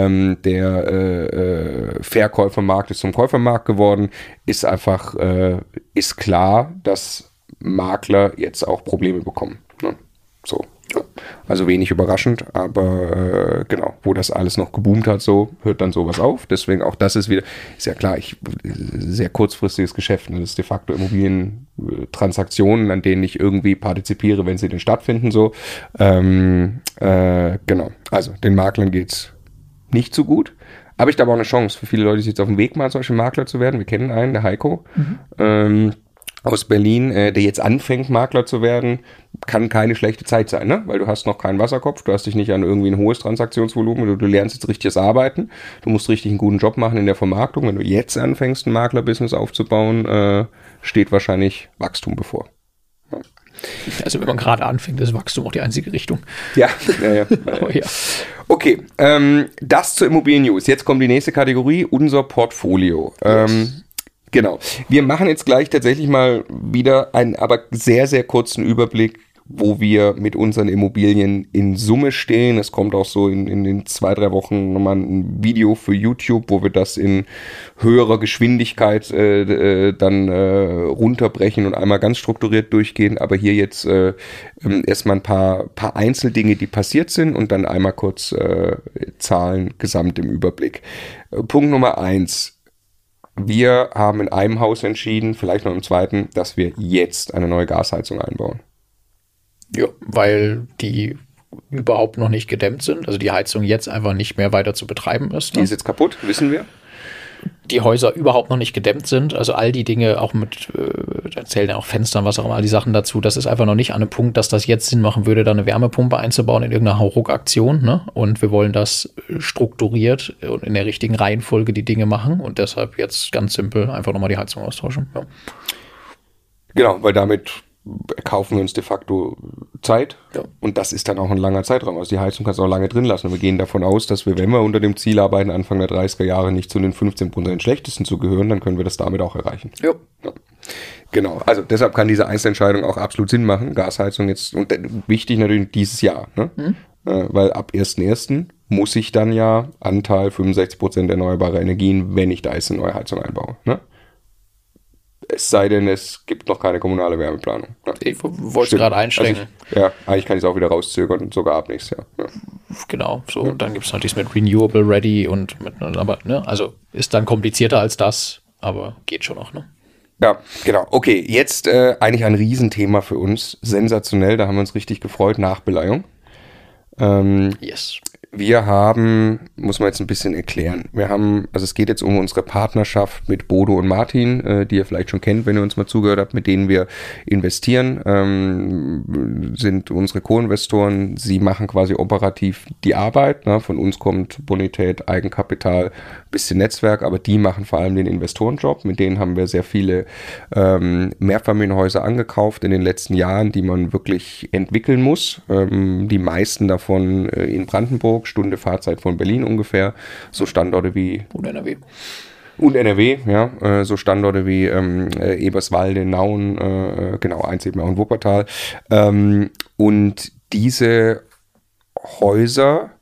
der Verkäufermarkt ist zum Käufermarkt geworden, ist klar, dass Makler jetzt auch Probleme bekommen, ne? So. Also wenig überraschend, aber genau, wo das alles noch geboomt hat, so hört dann sowas auf. Deswegen auch das ist ja klar, sehr kurzfristiges Geschäft. Ne? Das ist de facto Immobilientransaktionen, an denen ich irgendwie partizipiere, wenn sie denn stattfinden. So genau. Also den Maklern geht's nicht so gut. Aber ich glaube auch eine Chance für viele Leute, die jetzt auf dem Weg mal solche Makler zu werden. Wir kennen einen, der Heiko. Aus Berlin, der jetzt anfängt, Makler zu werden, kann keine schlechte Zeit sein, ne? Weil du hast noch keinen Wasserkopf, du hast dich nicht an irgendwie ein hohes Transaktionsvolumen, du lernst jetzt richtiges Arbeiten, du musst richtig einen guten Job machen in der Vermarktung. Wenn du jetzt anfängst, ein Maklerbusiness aufzubauen, steht wahrscheinlich Wachstum bevor. Ja. Also wenn man gerade anfängt, ist Wachstum auch die einzige Richtung. Ja. Aber ja. Okay, das zur Immobilien-News. Jetzt kommt die nächste Kategorie, unser Portfolio. Yes. Genau. Wir machen jetzt gleich tatsächlich mal wieder einen aber sehr, sehr kurzen Überblick, wo wir mit unseren Immobilien in Summe stehen. Es kommt auch so in den 2-3 Wochen nochmal ein Video für YouTube, wo wir das in höherer Geschwindigkeit dann runterbrechen und einmal ganz strukturiert durchgehen. Aber hier jetzt erstmal ein paar Einzeldinge, die passiert sind und dann einmal kurz Zahlen gesamt im Überblick. Punkt Nummer 1. Wir haben in einem Haus entschieden, vielleicht noch im zweiten, dass wir jetzt eine neue Gasheizung einbauen. Ja, weil die überhaupt noch nicht gedämmt sind. Also die Heizung jetzt einfach nicht mehr weiter zu betreiben ist. Ne? Die ist jetzt kaputt, wissen wir. Die Häuser überhaupt noch nicht gedämmt sind. Also all die Dinge, auch mit, da zählen ja auch Fenstern, was auch immer, all die Sachen dazu. Das ist einfach noch nicht an einem Punkt, dass das jetzt Sinn machen würde, da eine Wärmepumpe einzubauen in irgendeiner Hauruck-Aktion. Ne? Und wir wollen das strukturiert und in der richtigen Reihenfolge die Dinge machen. Und deshalb jetzt ganz simpel einfach nochmal die Heizung austauschen. Ja. Genau, weil damit kaufen wir uns de facto Zeit. Ja. Und das ist dann auch ein langer Zeitraum. Also die Heizung kannst du auch lange drin lassen. Und wir gehen davon aus, dass wir, wenn wir unter dem Ziel arbeiten, Anfang der 30er Jahre nicht zu den 15% schlechtesten zu gehören, dann können wir das damit auch erreichen. Ja. Ja. Genau, also deshalb kann diese Einzelentscheidung auch absolut Sinn machen. Gasheizung jetzt, und wichtig natürlich dieses Jahr, ne? Weil ab 1.1. muss ich dann ja Anteil 65% erneuerbare Energien, wenn ich da jetzt eine neue Heizung einbaue, ne? Es sei denn, es gibt noch keine kommunale Wärmeplanung. Ja. Ich wollte es gerade einschränken. Also eigentlich kann ich es auch wieder rauszögern und sogar ab nächstes Jahr. Ja. Genau, so. Und dann gibt es natürlich mit Renewable Ready und mit, aber, ne, also ist dann komplizierter als das, aber geht schon noch, ne? Ja, genau. Okay, jetzt eigentlich ein Riesenthema für uns. Sensationell, da haben wir uns richtig gefreut. Nachbeleihung. Yes. Wir haben, muss man jetzt ein bisschen erklären, also es geht jetzt um unsere Partnerschaft mit Bodo und Martin, die ihr vielleicht schon kennt, wenn ihr uns mal zugehört habt, mit denen wir investieren, sind unsere Co-Investoren. Sie machen quasi operativ die Arbeit, ne? Von uns kommt Bonität, Eigenkapital, bisschen Netzwerk, aber die machen vor allem den Investorenjob. Mit denen haben wir sehr viele Mehrfamilienhäuser angekauft in den letzten Jahren, die man wirklich entwickeln muss. Die meisten davon in Brandenburg, Stunde Fahrzeit von Berlin ungefähr. So Standorte wie... Und NRW. Und NRW, ja. So Standorte wie Eberswalde, Nauen, genau, Einsiedeln und Wuppertal. Und diese Häuser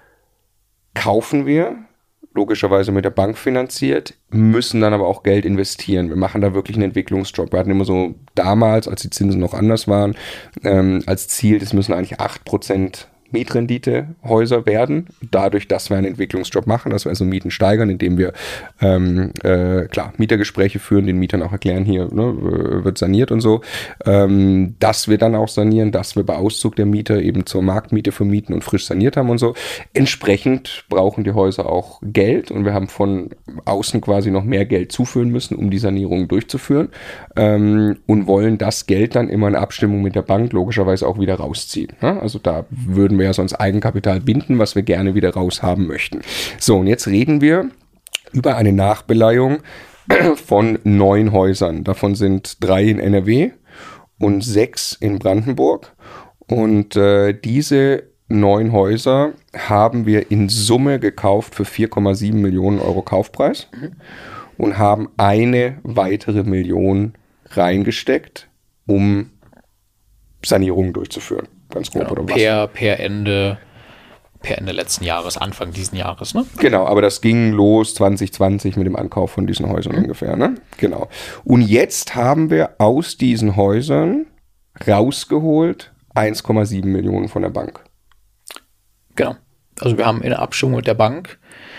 kaufen wir, logischerweise mit der Bank finanziert, müssen dann aber auch Geld investieren. Wir machen da wirklich einen Entwicklungsjob. Wir hatten immer so damals, als die Zinsen noch anders waren, als Ziel, das müssen eigentlich 8% Mietrenditehäuser werden, dadurch, dass wir einen Entwicklungsjob machen, dass wir also Mieten steigern, indem wir Mietergespräche führen, den Mietern auch erklären, hier wird saniert und so, dass wir dann auch sanieren, dass wir bei Auszug der Mieter eben zur Marktmiete vermieten und frisch saniert haben und so. Entsprechend brauchen die Häuser auch Geld und wir haben von außen quasi noch mehr Geld zuführen müssen, um die Sanierung durchzuführen, und wollen das Geld dann immer in Abstimmung mit der Bank logischerweise auch wieder rausziehen. Ja? Also da würden wir ja sonst Eigenkapital binden, was wir gerne wieder raushaben möchten. So, und jetzt reden wir über eine Nachbeleihung von 9 Häusern. Davon sind 3 in NRW und 6 in Brandenburg. Und diese 9 Häuser haben wir in Summe gekauft für 4,7 Millionen Euro Kaufpreis und haben eine weitere Million reingesteckt, um Sanierungen durchzuführen. Ganz grob, genau, oder was? Per Ende letzten Jahres, Anfang diesen Jahres, ne? Genau, aber das ging los 2020 mit dem Ankauf von diesen Häusern ungefähr, ne? Genau. Und jetzt haben wir aus diesen Häusern rausgeholt 1,7 Millionen von der Bank. Genau. Also wir haben in der Abstimmung mit der Bank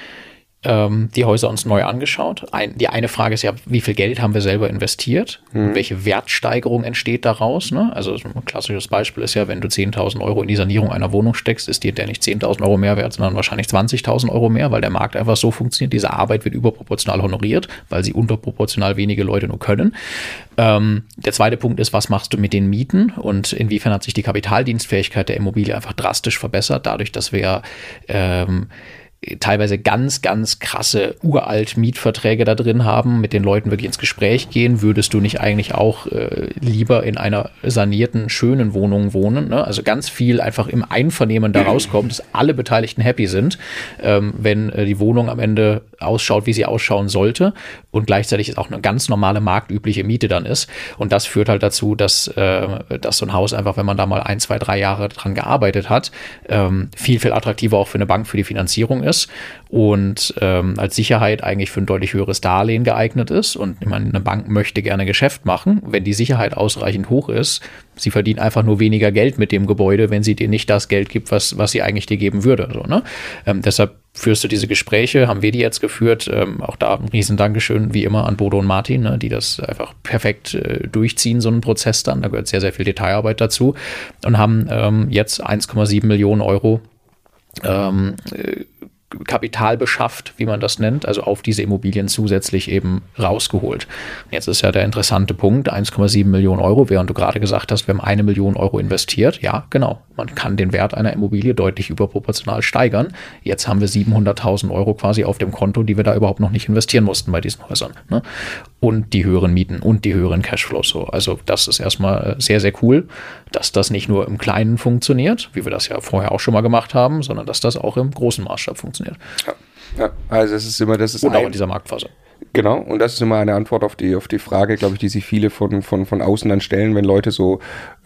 die Häuser uns neu angeschaut. Die eine Frage ist ja, wie viel Geld haben wir selber investiert? Und welche Wertsteigerung entsteht daraus? Ne? Also ein klassisches Beispiel ist ja, wenn du 10.000 Euro in die Sanierung einer Wohnung steckst, ist dir der nicht 10.000 Euro mehr wert, sondern wahrscheinlich 20.000 Euro mehr, weil der Markt einfach so funktioniert. Diese Arbeit wird überproportional honoriert, weil sie unterproportional wenige Leute nur können. Der zweite Punkt ist, was machst du mit den Mieten und inwiefern hat sich die Kapitaldienstfähigkeit der Immobilie einfach drastisch verbessert, dadurch, dass wir teilweise ganz, ganz krasse uralt Mietverträge da drin haben, mit den Leuten wirklich ins Gespräch gehen. Würdest du nicht eigentlich auch lieber in einer sanierten, schönen Wohnung wohnen? Ne? Also ganz viel einfach im Einvernehmen da rauskommt, dass alle Beteiligten happy sind, wenn die Wohnung am Ende ausschaut, wie sie ausschauen sollte und gleichzeitig ist auch eine ganz normale marktübliche Miete dann ist. Und das führt halt dazu, dass so ein Haus einfach, wenn man da mal 1, 2, 3 Jahre dran gearbeitet hat, viel, viel attraktiver auch für eine Bank für die Finanzierung ist und als Sicherheit eigentlich für ein deutlich höheres Darlehen geeignet ist. Und ich meine, eine Bank möchte gerne Geschäft machen, wenn die Sicherheit ausreichend hoch ist. Sie verdient einfach nur weniger Geld mit dem Gebäude, wenn sie dir nicht das Geld gibt, was sie eigentlich dir geben würde. So, ne? Deshalb führst du diese Gespräche, haben wir die jetzt geführt. Auch da ein riesen Dankeschön, wie immer, an Bodo und Martin, ne, die das einfach perfekt durchziehen, so einen Prozess dann. Da gehört sehr, sehr viel Detailarbeit dazu. Und haben jetzt 1,7 Millionen Euro Kapital beschafft, wie man das nennt, also auf diese Immobilien zusätzlich eben rausgeholt. Jetzt ist ja der interessante Punkt, 1,7 Millionen Euro, während du gerade gesagt hast, wir haben 1 Million Euro investiert. Ja, genau. Man kann den Wert einer Immobilie deutlich überproportional steigern. Jetzt haben wir 700.000 Euro quasi auf dem Konto, die wir da überhaupt noch nicht investieren mussten bei diesen Häusern. Ne? Und die höheren Mieten und die höheren Cashflows. So. Also das ist erstmal sehr, sehr cool, dass das nicht nur im Kleinen funktioniert, wie wir das ja vorher auch schon mal gemacht haben, sondern dass das auch im großen Maßstab funktioniert. Ja, also es ist immer, das ist und auch in dieser Marktphase. Genau, und das ist immer eine Antwort auf die Frage, glaube ich, die sich viele von außen dann stellen, wenn Leute so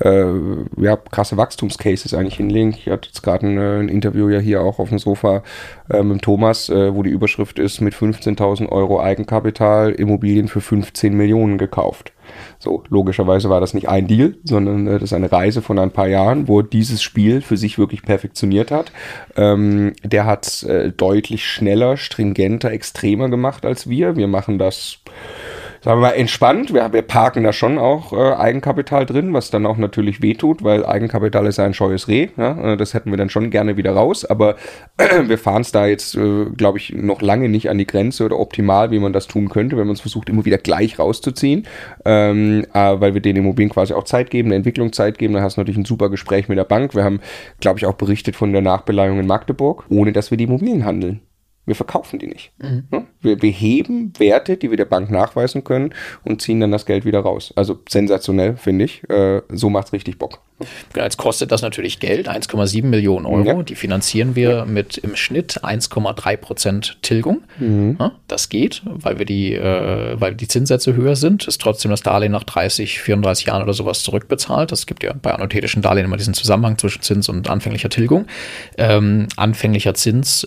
krasse Wachstumscases eigentlich hinlegen. Ich hatte jetzt gerade ein Interview ja hier auch auf dem Sofa mit Thomas, wo die Überschrift ist, mit 15.000 Euro Eigenkapital Immobilien für 15 Millionen gekauft. So, logischerweise war das nicht ein Deal, sondern das ist eine Reise von ein paar Jahren, wo er dieses Spiel für sich wirklich perfektioniert hat. Der hat es deutlich schneller, stringenter, extremer gemacht als wir. Wir machen das, sagen wir mal, entspannt. Wir parken da schon auch Eigenkapital drin, was dann auch natürlich wehtut, weil Eigenkapital ist ein scheues Reh. Ja? Das hätten wir dann schon gerne wieder raus, aber wir fahren es da jetzt, glaube ich, noch lange nicht an die Grenze oder optimal, wie man das tun könnte, wenn man es versucht, immer wieder gleich rauszuziehen, weil wir den Immobilien quasi auch Zeit geben, eine Entwicklung Zeit geben. Da hast du natürlich ein super Gespräch mit der Bank. Wir haben, glaube ich, auch berichtet von der Nachbeleihung in Magdeburg, ohne dass wir die Immobilien handeln. Wir verkaufen die nicht. Mhm. Wir heben Werte, die wir der Bank nachweisen können und ziehen dann das Geld wieder raus. Also sensationell, finde ich. So macht's richtig Bock. Jetzt kostet das natürlich Geld, 1,7 Millionen Euro. Ja. Die finanzieren wir mit im Schnitt 1,3% Tilgung. Mhm. Das geht, weil die Zinssätze höher sind. Ist trotzdem das Darlehen nach 30, 34 Jahren oder sowas zurückbezahlt. Das gibt ja bei annothetischen Darlehen immer diesen Zusammenhang zwischen Zins und anfänglicher Tilgung. Anfänglicher Zins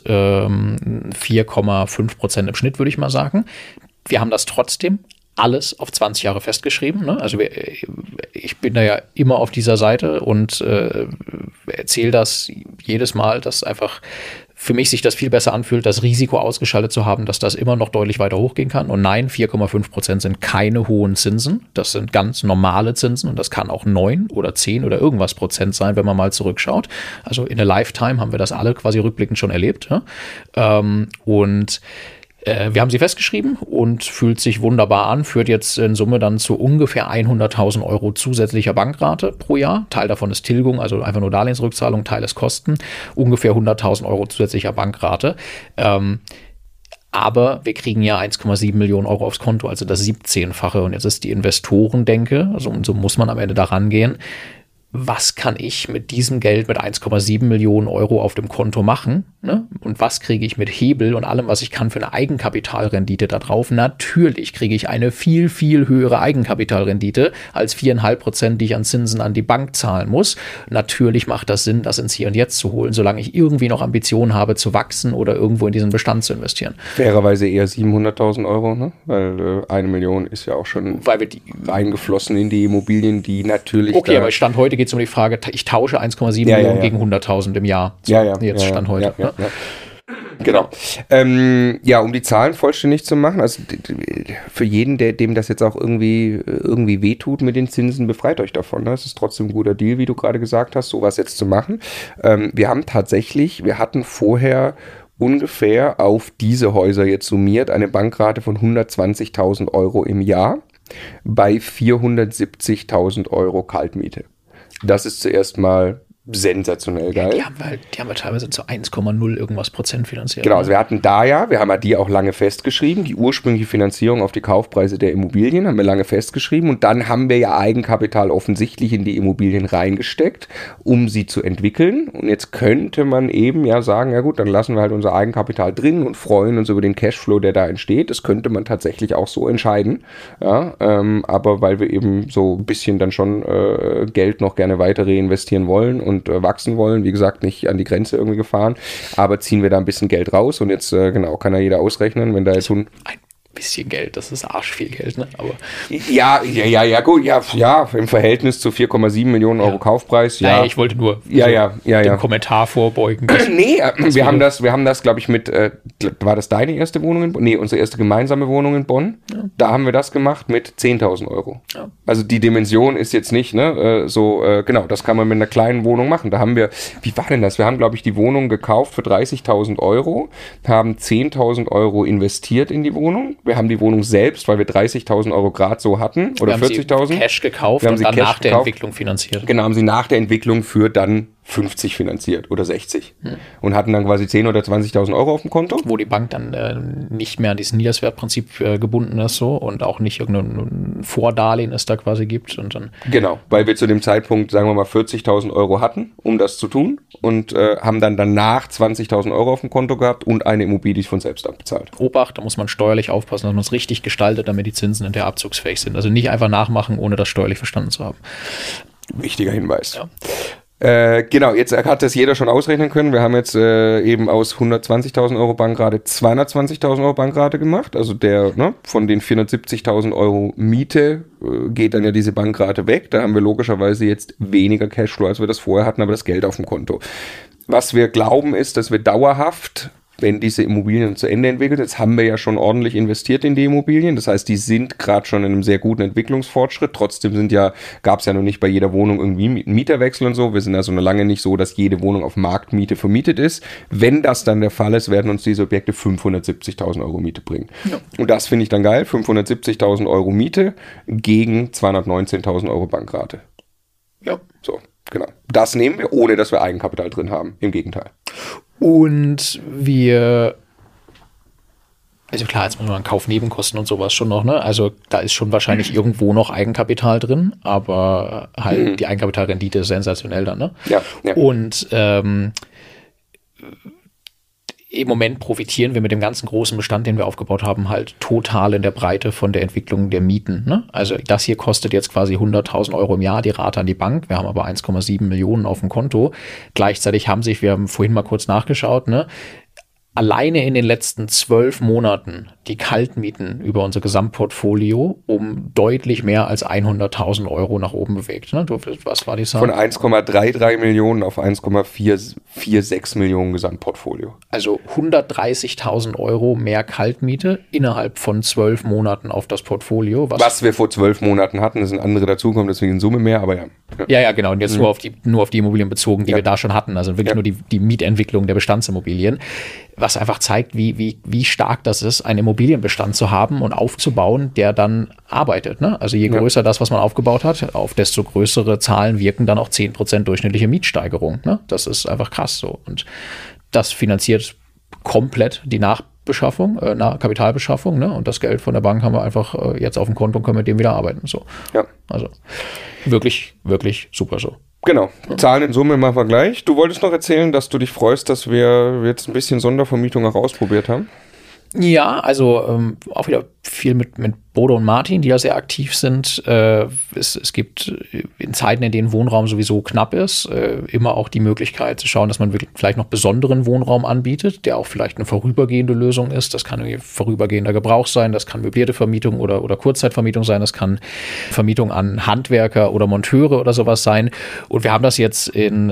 4,5% im Schnitt, würde ich mal sagen. Wir haben das trotzdem alles auf 20 Jahre festgeschrieben. Ne? Also ich bin da ja immer auf dieser Seite und erzähle das jedes Mal, dass einfach für mich sich das viel besser anfühlt, das Risiko ausgeschaltet zu haben, dass das immer noch deutlich weiter hochgehen kann. Und nein, 4,5% sind keine hohen Zinsen. Das sind ganz normale Zinsen und das kann auch 9 oder 10 oder irgendwas Prozent sein, wenn man mal zurückschaut. Also in a Lifetime haben wir das alle quasi rückblickend schon erlebt. Ja? Wir haben sie festgeschrieben und fühlt sich wunderbar an, führt jetzt in Summe dann zu ungefähr 100.000 Euro zusätzlicher Bankrate pro Jahr. Teil davon ist Tilgung, also einfach nur Darlehensrückzahlung, Teil ist Kosten. Ungefähr 100.000 Euro zusätzlicher Bankrate. Aber wir kriegen ja 1,7 Millionen Euro aufs Konto, also das 17-fache. Und jetzt ist die Investorendenke, also und so muss man am Ende da rangehen. Was kann ich mit diesem Geld mit 1,7 Millionen Euro auf dem Konto machen? Ne? Und was kriege ich mit Hebel und allem, was ich kann für eine Eigenkapitalrendite da drauf? Natürlich kriege ich eine viel, viel höhere Eigenkapitalrendite als 4,5%, die ich an Zinsen an die Bank zahlen muss. Natürlich macht das Sinn, das ins Hier und Jetzt zu holen, solange ich irgendwie noch Ambitionen habe, zu wachsen oder irgendwo in diesen Bestand zu investieren. Fairerweise eher 700.000 Euro, ne? Weil 1 Million ist ja auch schon reingeflossen in die Immobilien, die natürlich... Okay, aber Stand heute geht es um die Frage, ich tausche 1,7 Millionen gegen 100.000 im Jahr. So, jetzt Stand heute. Ja. Genau. Um die Zahlen vollständig zu machen, also für jeden, dem das jetzt auch irgendwie wehtut mit den Zinsen, befreit euch davon. Ne? Es ist trotzdem ein guter Deal, wie du gerade gesagt hast, sowas jetzt zu machen. Wir hatten vorher ungefähr auf diese Häuser jetzt summiert eine Bankrate von 120.000 Euro im Jahr bei 470.000 Euro Kaltmiete. Das ist zuerst mal sensationell geil. Die haben wir teilweise zu 1,0 irgendwas Prozent finanziert. Genau, also wir haben ja die auch lange festgeschrieben, die ursprüngliche Finanzierung auf die Kaufpreise der Immobilien haben wir lange festgeschrieben und dann haben wir ja Eigenkapital offensichtlich in die Immobilien reingesteckt, um sie zu entwickeln und jetzt könnte man eben ja sagen, ja gut, dann lassen wir halt unser Eigenkapital drin und freuen uns über den Cashflow, der da entsteht. Das könnte man tatsächlich auch so entscheiden, ja, aber weil wir eben so ein bisschen dann schon Geld noch gerne weiter reinvestieren wollen und wachsen wollen. Wie gesagt, nicht an die Grenze irgendwie gefahren, aber ziehen wir da ein bisschen Geld raus und jetzt, genau, kann ja jeder ausrechnen, wenn da jetzt ein bisschen Geld, das ist arschviel Geld, ne? Aber ja, gut, ja, im Verhältnis zu 4,7 Millionen Euro Kaufpreis, ja. Naja, ich wollte nur dem Kommentar vorbeugen. Nee, wir haben das, glaube ich, war das deine erste Wohnung in Bonn? Nee, unsere erste gemeinsame Wohnung in Bonn. Ja. Da haben wir das gemacht mit 10.000 Euro. Ja. Also die Dimension ist jetzt nicht, ne, genau, das kann man mit einer kleinen Wohnung machen. Da haben wir, wie war denn das? Wir haben, glaube ich, die Wohnung gekauft für 30.000 Euro, haben 10.000 Euro investiert in die Wohnung. Wir haben die Wohnung selbst, weil wir 30.000 Euro gerade so hatten oder 40.000. Wir haben sie Cash gekauft und dann nach der Entwicklung finanziert. Genau, haben sie nach der Entwicklung für dann 50 finanziert oder 60 und hatten dann quasi 10.000 oder 20.000 Euro auf dem Konto. Wo die Bank dann nicht mehr an dieses Niederswertprinzip gebunden ist so und auch nicht irgendein Vordarlehen es da quasi gibt. Und dann genau, weil wir zu dem Zeitpunkt, sagen wir mal, 40.000 Euro hatten, um das zu tun und haben dann danach 20.000 Euro auf dem Konto gehabt und eine Immobilie von selbst abbezahlt. Obacht, da muss man steuerlich aufpassen, dass man es richtig gestaltet, damit die Zinsen hinterher abzugsfähig sind. Also nicht einfach nachmachen, ohne das steuerlich verstanden zu haben. Wichtiger Hinweis. Ja. Genau, jetzt hat das jeder schon ausrechnen können. Wir haben jetzt eben aus 120.000 Euro Bankrate 220.000 Euro Bankrate gemacht. Also von den 470.000 Euro Miete geht dann ja diese Bankrate weg. Da haben wir logischerweise jetzt weniger Cashflow, als wir das vorher hatten, aber das Geld auf dem Konto. Was wir glauben ist, dass wir dauerhaft, wenn diese Immobilien zu Ende entwickelt, jetzt haben wir ja schon ordentlich investiert in die Immobilien, das heißt, die sind gerade schon in einem sehr guten Entwicklungsfortschritt, trotzdem gab es ja noch nicht bei jeder Wohnung irgendwie einen Mieterwechsel und so, wir sind also noch lange nicht so, dass jede Wohnung auf Marktmiete vermietet ist. Wenn das dann der Fall ist, werden uns diese Objekte 570.000 Euro Miete bringen. Ja. Und das finde ich dann geil, 570.000 Euro Miete gegen 219.000 Euro Bankrate. Ja. So, genau. Das nehmen wir, ohne dass wir Eigenkapital drin haben, im Gegenteil. Und also klar, jetzt muss man Kaufnebenkosten und sowas schon noch, ne? Also da ist schon wahrscheinlich irgendwo noch Eigenkapital drin, aber halt die Eigenkapitalrendite ist sensationell dann, ne? Ja. Und im Moment profitieren wir mit dem ganzen großen Bestand, den wir aufgebaut haben, halt total in der Breite von der Entwicklung der Mieten, ne? Also das hier kostet jetzt quasi 100.000 Euro im Jahr, die Rate an die Bank. Wir haben aber 1,7 Millionen auf dem Konto. Gleichzeitig wir haben vorhin mal kurz nachgeschaut, ne? Alleine in den letzten 12 Monaten die Kaltmieten über unser Gesamtportfolio um deutlich mehr als 100.000 Euro nach oben bewegt. Ne? Was war die Zahl? Von 1,33 Millionen auf 1,446 Millionen Gesamtportfolio. Also 130.000 Euro mehr Kaltmiete innerhalb von 12 Monaten auf das Portfolio. Was wir vor 12 Monaten hatten, es sind andere dazugekommen, deswegen in Summe mehr, aber ja. Ja, genau. Und jetzt nur auf die Immobilien bezogen, die wir da schon hatten. Also wirklich nur die Mietentwicklung der Bestandsimmobilien. Was einfach zeigt, wie stark das ist, einen Immobilienbestand zu haben und aufzubauen, der dann arbeitet. Ne? Also je größer das, was man aufgebaut hat, auf desto größere Zahlen wirken dann auch 10% durchschnittliche Mietsteigerung. Ne? Das ist einfach krass so. Und das finanziert komplett die Kapitalbeschaffung, ne? Und das Geld von der Bank haben wir einfach jetzt auf dem Konto und können mit dem wieder arbeiten. So. Ja. Also wirklich, wirklich super so. Genau. Zahlen in Summe machen wir gleich. Du wolltest noch erzählen, dass du dich freust, dass wir jetzt ein bisschen Sondervermietung auch ausprobiert haben. Ja, also auch wieder viel mit Bodo und Martin, die da sehr aktiv sind. Es gibt in Zeiten, in denen Wohnraum sowieso knapp ist, immer auch die Möglichkeit zu schauen, dass man wirklich vielleicht noch besonderen Wohnraum anbietet, der auch vielleicht eine vorübergehende Lösung ist. Das kann vorübergehender Gebrauch sein, das kann möblierte Vermietung oder Kurzzeitvermietung sein, das kann Vermietung an Handwerker oder Monteure oder sowas sein. Und wir haben das jetzt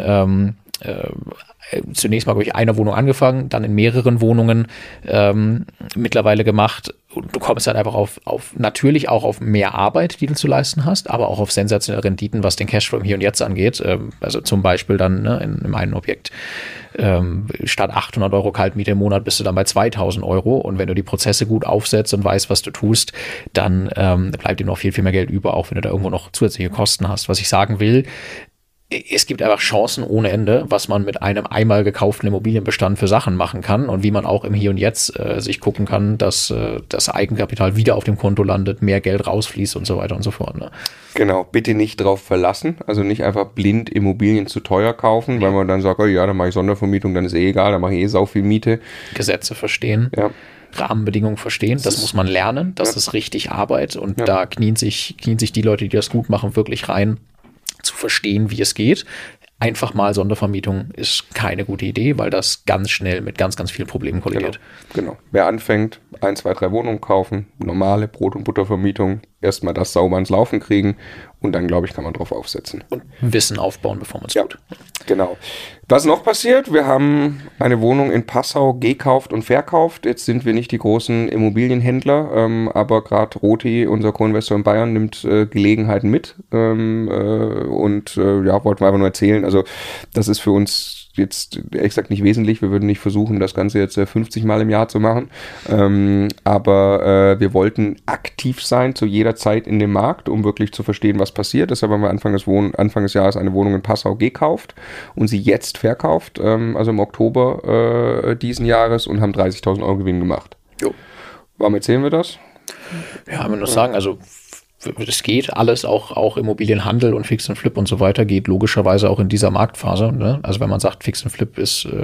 zunächst mal, glaube ich, einer Wohnung angefangen, dann in mehreren Wohnungen mittlerweile gemacht. Und du kommst halt einfach natürlich auch auf mehr Arbeit, die du zu leisten hast, aber auch auf sensationelle Renditen, was den Cashflow im Hier und Jetzt angeht. Also zum Beispiel dann in einem Objekt statt 800 Euro Kaltmiete im Monat bist du dann bei 2.000 Euro. Und wenn du die Prozesse gut aufsetzt und weißt, was du tust, dann bleibt dir noch viel, viel mehr Geld über, auch wenn du da irgendwo noch zusätzliche Kosten hast. Was ich sagen will, es gibt einfach Chancen ohne Ende, was man mit einem einmal gekauften Immobilienbestand für Sachen machen kann und wie man auch im Hier und Jetzt sich gucken kann, dass das Eigenkapital wieder auf dem Konto landet, mehr Geld rausfließt und so weiter und so fort. Ne? Genau, bitte nicht drauf verlassen, also nicht einfach blind Immobilien zu teuer kaufen, weil man dann sagt, oh ja, dann mache ich Sondervermietung, dann ist egal, dann mache ich sau viel Miete. Gesetze verstehen. Ja. Rahmenbedingungen verstehen, das muss man lernen, das ist richtig Arbeit und da knien sich die Leute, die das gut machen, wirklich rein, zu verstehen, wie es geht. Einfach mal Sondervermietung ist keine gute Idee, weil das ganz schnell mit ganz, ganz vielen Problemen kollidiert. Genau. Wer anfängt, 1, 2, 3 Wohnungen kaufen, normale Brot- und Buttervermietung, erstmal das sauber ans Laufen kriegen und dann, glaube ich, kann man drauf aufsetzen. Und Wissen aufbauen, bevor man es tut. Genau. Was noch passiert? Wir haben eine Wohnung in Passau gekauft und verkauft. Jetzt sind wir nicht die großen Immobilienhändler, aber gerade Roti, unser Co-Investor in Bayern, nimmt Gelegenheiten mit wollten wir einfach nur erzählen. Also das ist für uns jetzt ehrlich gesagt nicht wesentlich. Wir würden nicht versuchen, das Ganze jetzt 50 Mal im Jahr zu machen. Aber wir wollten aktiv sein zu jeder Zeit in dem Markt, um wirklich zu verstehen, was passiert. Deshalb haben wir Anfang des Jahres eine Wohnung in Passau gekauft und sie jetzt verkauft, also im Oktober diesen Jahres und haben 30.000 Euro Gewinn gemacht. Jo. Warum erzählen wir das? Ja, man muss sagen, also es geht alles, auch Immobilienhandel und Fix and Flip und so weiter, geht logischerweise auch in dieser Marktphase. Ne? Also wenn man sagt, Fix and Flip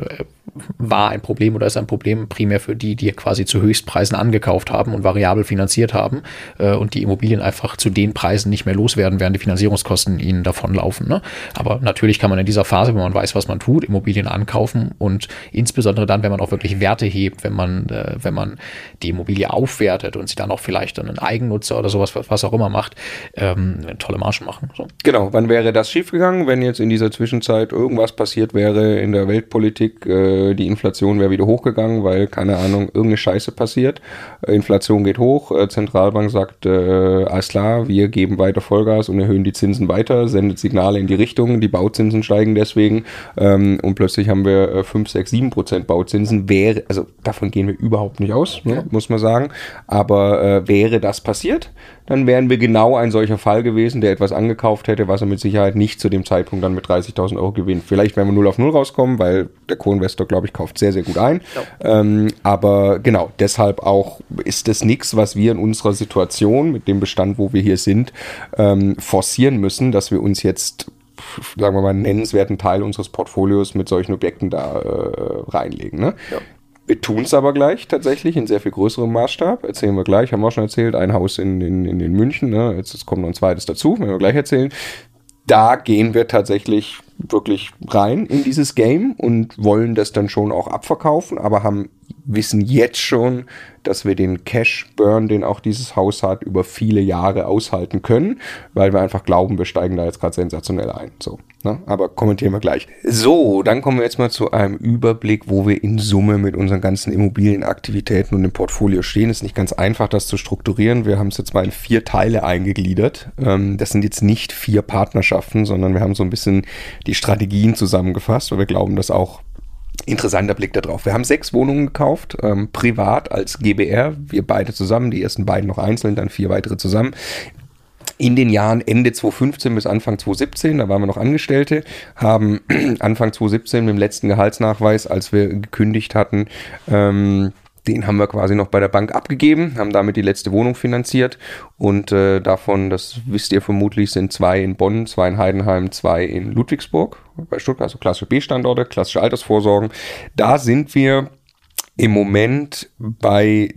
war ein Problem oder ist ein Problem primär für die quasi zu Höchstpreisen angekauft haben und variabel finanziert haben und die Immobilien einfach zu den Preisen nicht mehr loswerden, während die Finanzierungskosten ihnen davonlaufen. Ne? Aber natürlich kann man in dieser Phase, wenn man weiß, was man tut, Immobilien ankaufen und insbesondere dann, wenn man auch wirklich Werte hebt, wenn man die Immobilie aufwertet und sie dann auch vielleicht dann einen Eigennutzer oder sowas, was auch immer macht, tolle Margen machen. So. Genau, wann wäre das schiefgegangen, wenn jetzt in dieser Zwischenzeit irgendwas passiert wäre in der Weltpolitik, die Inflation wäre wieder hochgegangen, weil, keine Ahnung, irgendeine Scheiße passiert. Inflation geht hoch, Zentralbank sagt, alles klar, wir geben weiter Vollgas und erhöhen die Zinsen weiter, sendet Signale in die Richtung, die Bauzinsen steigen deswegen und plötzlich haben wir 5, 6, 7% Bauzinsen. Also davon gehen wir überhaupt nicht aus, ne, muss man sagen, aber wäre das passiert, dann wären wir genau ein solcher Fall gewesen, der etwas angekauft hätte, was er mit Sicherheit nicht zu dem Zeitpunkt dann mit 30.000 Euro gewinnt. Vielleicht werden wir 0 auf 0 rauskommen, weil der Co-Investor, glaube ich, kauft sehr, sehr gut ein. Ja. Aber genau, deshalb auch ist das nichts, was wir in unserer Situation mit dem Bestand, wo wir hier sind, forcieren müssen, dass wir uns jetzt, sagen wir mal, einen nennenswerten Teil unseres Portfolios mit solchen Objekten da reinlegen. Ne? Ja. Wir tun es aber gleich tatsächlich in sehr viel größerem Maßstab. Erzählen wir gleich, haben wir auch schon erzählt, ein Haus in München, ne? Jetzt kommt noch ein zweites dazu, werden wir gleich erzählen. Da gehen wir tatsächlich wirklich rein in dieses Game und wollen das dann schon auch abverkaufen, aber wissen jetzt schon, dass wir den Cash-Burn, den auch dieses Haus hat, über viele Jahre aushalten können, weil wir einfach glauben, wir steigen da jetzt gerade sensationell ein. So, ne? Aber kommentieren wir gleich. So, dann kommen wir jetzt mal zu einem Überblick, wo wir in Summe mit unseren ganzen Immobilienaktivitäten und dem Portfolio stehen. Es ist nicht ganz einfach, das zu strukturieren. Wir haben es jetzt mal in 4 Teile eingegliedert. Das sind jetzt nicht 4 Partnerschaften, sondern wir haben so ein bisschen die Strategien zusammengefasst, weil wir glauben, dass auch interessanter Blick da drauf. Wir haben 6 Wohnungen gekauft, privat als GbR, wir beide zusammen, die ersten beiden noch einzeln, dann 4 weitere zusammen. In den Jahren Ende 2015 bis Anfang 2017, da waren wir noch Angestellte, haben Anfang 2017 mit dem letzten Gehaltsnachweis, als wir gekündigt hatten, den haben wir quasi noch bei der Bank abgegeben, haben damit die letzte Wohnung finanziert und davon, das wisst ihr vermutlich, sind 2 in Bonn, 2 in Heidenheim, 2 in Ludwigsburg bei Stuttgart, also klassische B-Standorte, klassische Altersvorsorgen. Da sind wir im Moment bei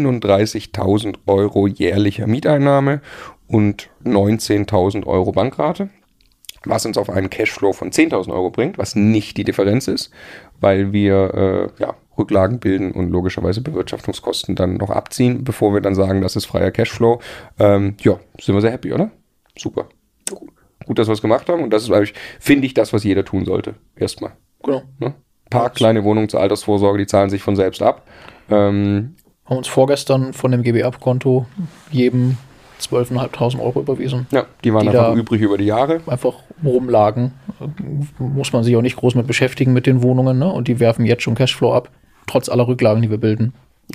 37.000 Euro jährlicher Mieteinnahme und 19.000 Euro Bankrate, was uns auf einen Cashflow von 10.000 Euro bringt, was nicht die Differenz ist, weil wir Rücklagen bilden und logischerweise Bewirtschaftungskosten dann noch abziehen, bevor wir dann sagen, das ist freier Cashflow. Sind wir sehr happy, oder? Super. Gut, dass wir es gemacht haben und das ist eigentlich, finde ich, das, was jeder tun sollte. Erstmal. Genau. Ne? Paar kleine Wohnungen zur Altersvorsorge, die zahlen sich von selbst ab. Haben uns vorgestern von dem GB-Ab-Konto jedem 12.500 Euro überwiesen. Ja, die waren einfach übrig über die Jahre. Einfach rumlagen. Muss man sich auch nicht groß mit beschäftigen mit den Wohnungen, ne? Und die werfen jetzt schon Cashflow ab, trotz aller Rücklagen, die wir bilden. Ja. Schön.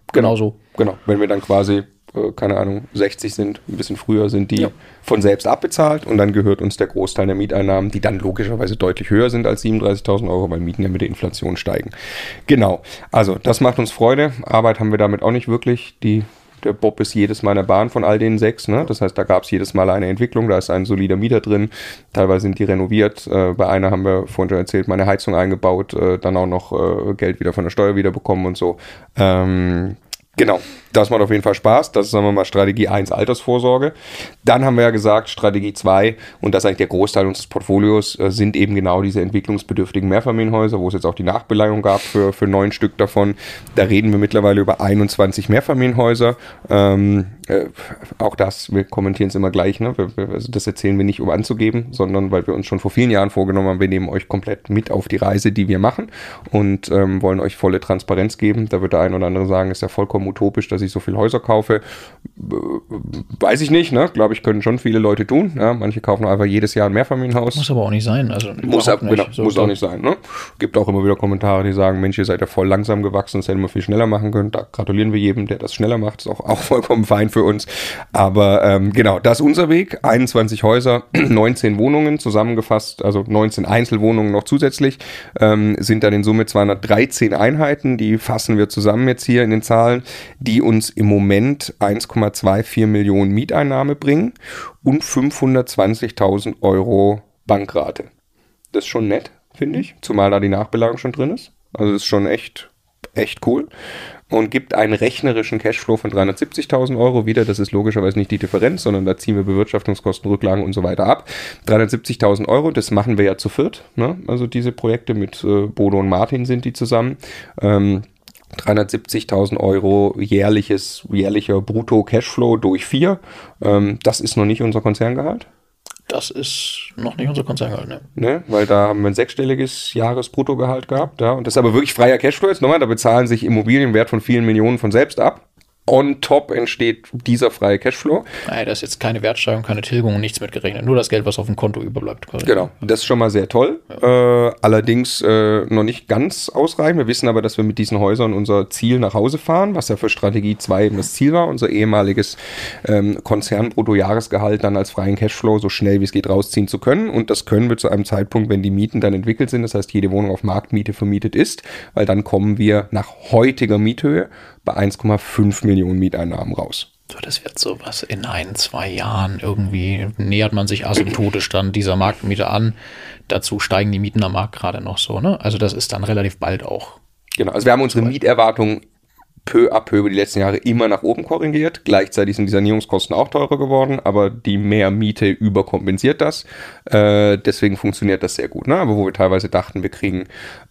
genauso. Genau, wenn wir dann quasi, keine Ahnung, 60 sind, ein bisschen früher sind die von selbst abbezahlt und dann gehört uns der Großteil der Mieteinnahmen, die dann logischerweise deutlich höher sind als 37.000 Euro, weil Mieten ja mit der Inflation steigen. Genau, also das macht uns Freude. Arbeit haben wir damit auch nicht wirklich. Der Bob ist jedes Mal in der Bahn von all den 6, ne? Das heißt, da gab es jedes Mal eine Entwicklung, da ist ein solider Mieter drin, teilweise sind die renoviert, bei einer haben wir vorhin schon erzählt, meine Heizung eingebaut, dann auch noch Geld wieder von der Steuer wiederbekommen und so. Genau, das macht auf jeden Fall Spaß. Das ist, sagen wir mal, Strategie 1, Altersvorsorge. Dann haben wir ja gesagt, Strategie 2, und das ist eigentlich der Großteil unseres Portfolios, sind eben genau diese entwicklungsbedürftigen Mehrfamilienhäuser, wo es jetzt auch die Nachbeleihung gab für 9 Stück davon. Da reden wir mittlerweile über 21 Mehrfamilienhäuser. Auch das, wir kommentieren es immer gleich, ne? Also das erzählen wir nicht, um anzugeben, sondern weil wir uns schon vor vielen Jahren vorgenommen haben, wir nehmen euch komplett mit auf die Reise, die wir machen und wollen euch volle Transparenz geben. Da wird der ein oder andere sagen, ist ja vollkommen utopisch, dass ich so viele Häuser kaufe. Weiß ich nicht, ne? Glaube ich, können schon viele Leute tun. Ja? Manche kaufen einfach jedes Jahr ein Mehrfamilienhaus. Muss aber auch nicht sein. Also muss auch nicht sein. Ne? Gibt auch immer wieder Kommentare, die sagen, Mensch, ihr seid ja voll langsam gewachsen, das hätten wir viel schneller machen können. Da gratulieren wir jedem, der das schneller macht. Ist auch vollkommen fein für uns. Aber genau, das ist unser Weg. 21 Häuser, 19 Wohnungen zusammengefasst, also 19 Einzelwohnungen noch zusätzlich, sind dann in Summe 213 Einheiten. Die fassen wir zusammen jetzt hier in den Zahlen, die uns im Moment 1,24 Millionen Mieteinnahme bringen und 520.000 Euro Bankrate. Das ist schon nett, finde ich, zumal da die Nachbeleihung schon drin ist. Also das ist schon echt cool. Und gibt einen rechnerischen Cashflow von 370.000 Euro wieder. Das ist logischerweise nicht die Differenz, sondern da ziehen wir Bewirtschaftungskosten, Rücklagen und so weiter ab. 370.000 Euro, das machen wir ja zu viert. Ne? Also diese Projekte mit Bodo und Martin sind die zusammen. 370.000 Euro jährlicher Brutto-Cashflow durch 4. Das ist noch nicht unser Konzerngehalt. Das ist noch nicht unser Konzerngehalt, ne? Weil da haben wir ein 6-stelliges Jahresbruttogehalt gehabt, ja. Und das ist aber wirklich freier Cashflow jetzt nochmal. Da bezahlen sich Immobilien im Wert von vielen Millionen von selbst ab. On top entsteht dieser freie Cashflow. Nein, da ist jetzt keine Wertsteigerung, keine Tilgung und nichts mitgerechnet. Nur das Geld, was auf dem Konto überbleibt. Quasi. Genau, das ist schon mal sehr toll. Ja. Allerdings noch nicht ganz ausreichend. Wir wissen aber, dass wir mit diesen Häusern unser Ziel nach Hause fahren, was ja für Strategie 2 eben das Ziel war, unser ehemaliges Konzernbruttojahresgehalt dann als freien Cashflow so schnell wie es geht rausziehen zu können. Und das können wir zu einem Zeitpunkt, wenn die Mieten dann entwickelt sind, das heißt, jede Wohnung auf Marktmiete vermietet ist, weil dann kommen wir nach heutiger Miethöhe bei 1,5 Millionen Mieteinnahmen raus. So, das wird sowas in 1-2 Jahren irgendwie, nähert man sich asymptotisch dann dieser Marktmiete an. Dazu steigen die Mieten am Markt gerade noch so, ne? Also das ist dann relativ bald auch. Genau, also wir haben unsere Mieterwartungen peu à peu über die letzten Jahre immer nach oben korrigiert. Gleichzeitig sind die Sanierungskosten auch teurer geworden, aber die mehr Miete überkompensiert das. Deswegen funktioniert das sehr gut, ne? Aber wo wir teilweise dachten, wir kriegen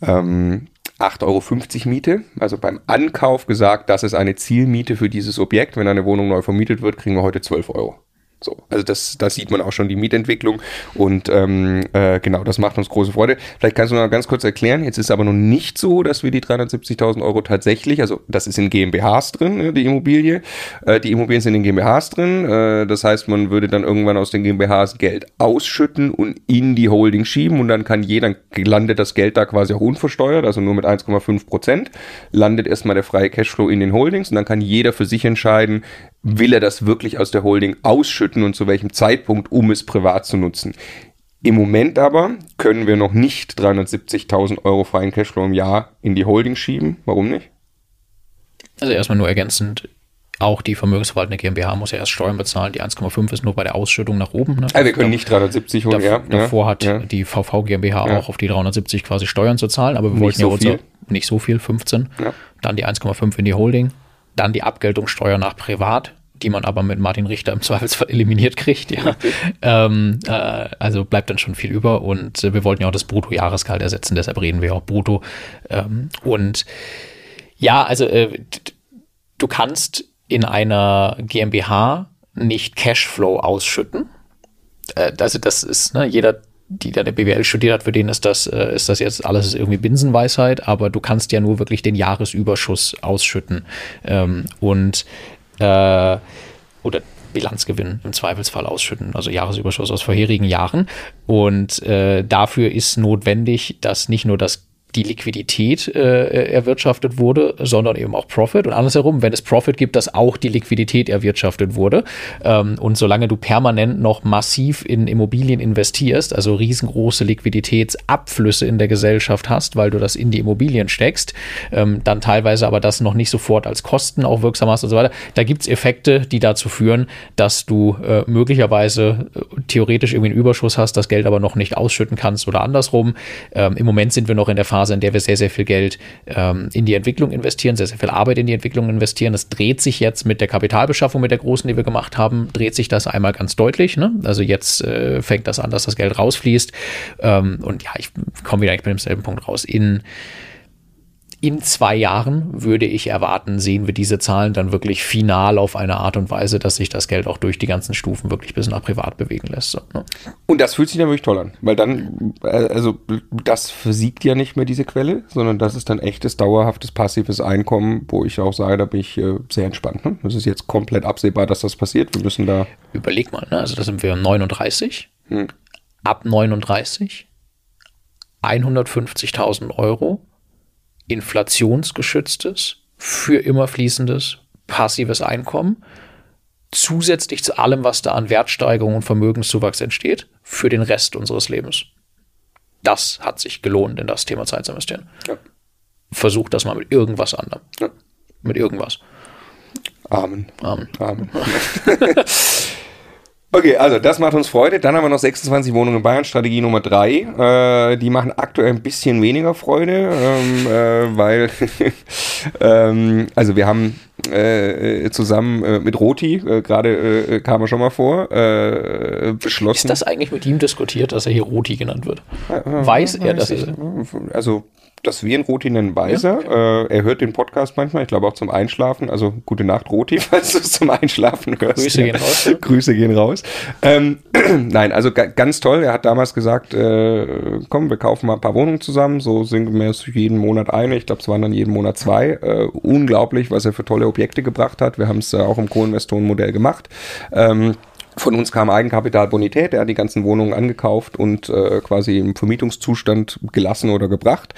8,50 Euro Miete, also beim Ankauf gesagt, das ist eine Zielmiete für dieses Objekt. Wenn eine Wohnung neu vermietet wird, kriegen wir heute 12 Euro. So, also da sieht man auch schon die Mietentwicklung und genau, das macht uns große Freude. Vielleicht kannst du noch ganz kurz erklären, jetzt ist aber noch nicht so, dass wir die 370.000 Euro tatsächlich, also das ist in GmbHs drin, die Immobilie, die Immobilien sind in GmbHs drin, das heißt, man würde dann irgendwann aus den GmbHs Geld ausschütten und in die Holding schieben und dann landet das Geld da quasi auch unversteuert, also nur mit 1,5%, landet erstmal der freie Cashflow in den Holdings und dann kann jeder für sich entscheiden, will er das wirklich aus der Holding ausschütten und zu welchem Zeitpunkt, um es privat zu nutzen. Im Moment aber können wir noch nicht 370.000 Euro freien Cashflow im Jahr in die Holding schieben. Warum nicht? Also erstmal nur ergänzend, auch die vermögensverwaltende GmbH muss ja erst Steuern bezahlen. Die 1,5 ist nur bei der Ausschüttung nach oben. Ne? Also wir können nicht 370 holen, Davor hat die VV GmbH auch auf die 370 quasi Steuern zu zahlen, aber wir wollten nicht so viel, 15. Ja. Dann die 1,5 in die Holding. Dann die Abgeltungssteuer nach Privat, die man aber mit Martin Richter im Zweifelsfall eliminiert kriegt. Ja. Also bleibt dann schon viel über und wir wollten ja auch das Bruttojahresgehalt ersetzen, deshalb reden wir auch brutto. Und ja, also du kannst in einer GmbH nicht Cashflow ausschütten. Also das ist, ne, jeder, die da der BWL studiert hat, für den ist das jetzt alles irgendwie Binsenweisheit, aber du kannst ja nur wirklich den Jahresüberschuss ausschütten oder Bilanzgewinn im Zweifelsfall ausschütten, also Jahresüberschuss aus vorherigen Jahren. Und dafür ist notwendig, dass nicht nur das die Liquidität erwirtschaftet wurde, sondern eben auch Profit und andersherum, wenn es Profit gibt, dass auch die Liquidität erwirtschaftet wurde. Und solange du permanent noch massiv in Immobilien investierst, also riesengroße Liquiditätsabflüsse in der Gesellschaft hast, weil du das in die Immobilien steckst, dann teilweise aber das noch nicht sofort als Kosten auch wirksam hast und so weiter, da gibt es Effekte, die dazu führen, dass du möglicherweise theoretisch irgendwie einen Überschuss hast, das Geld aber noch nicht ausschütten kannst oder andersrum. Im Moment sind wir noch in der Phase, in der wir sehr, sehr viel Geld in die Entwicklung investieren, sehr, sehr viel Arbeit in die Entwicklung investieren. Das dreht sich jetzt mit der Kapitalbeschaffung, mit der großen, die wir gemacht haben, dreht sich das einmal ganz deutlich. Ne? Also jetzt fängt das an, dass das Geld rausfließt. Und ja, ich komme wieder eigentlich bei demselben Punkt raus. In 2 Jahren würde ich erwarten, sehen wir diese Zahlen dann wirklich final auf eine Art und Weise, dass sich das Geld auch durch die ganzen Stufen wirklich bis nach privat bewegen lässt. So, ne? Und das fühlt sich dann wirklich toll an, weil dann, also das versiegt ja nicht mehr diese Quelle, sondern das ist dann echtes, dauerhaftes, passives Einkommen, wo ich auch sage, da bin ich sehr entspannt. Ne? Das ist jetzt komplett absehbar, dass das passiert. Wir müssen da... Überleg mal, ne? Also da sind wir 39, ab 39, 150.000 Euro, inflationsgeschütztes, für immer fließendes, passives Einkommen, zusätzlich zu allem, was da an Wertsteigerung und Vermögenszuwachs entsteht, für den Rest unseres Lebens. Das hat sich gelohnt, in das Thema Zeit zu investieren. Ja. Versuch das mal mit irgendwas anderem. Ja. Mit irgendwas. Amen. Okay, also das macht uns Freude. Dann haben wir noch 26 Wohnungen in Bayern, Strategie Nummer 3. Die machen aktuell ein bisschen weniger Freude, weil also wir haben zusammen mit Roti, gerade kam er schon mal vor, beschlossen. Ist das eigentlich mit ihm diskutiert, dass er hier Roti genannt wird? Weiß er, dass er... Also, dass wir ihn Roti nennen, weiß er. Ja. Er hört den Podcast manchmal, ich glaube auch zum Einschlafen. Also, gute Nacht, Roti, falls du es zum Einschlafen hörst. Grüße gehen raus. Ja. Grüße gehen raus. Nein, also ganz toll. Er hat damals gesagt, komm, wir kaufen mal ein paar Wohnungen zusammen. So sinngemäß jeden Monat eine. Ich glaube, es waren dann jeden Monat 2. Unglaublich, was er für tolle Objekte gebracht hat. Wir haben es auch im Co-Investoren-Modell gemacht. Von uns kam Eigenkapitalbonität, er hat die ganzen Wohnungen angekauft und quasi im Vermietungszustand gelassen oder gebracht.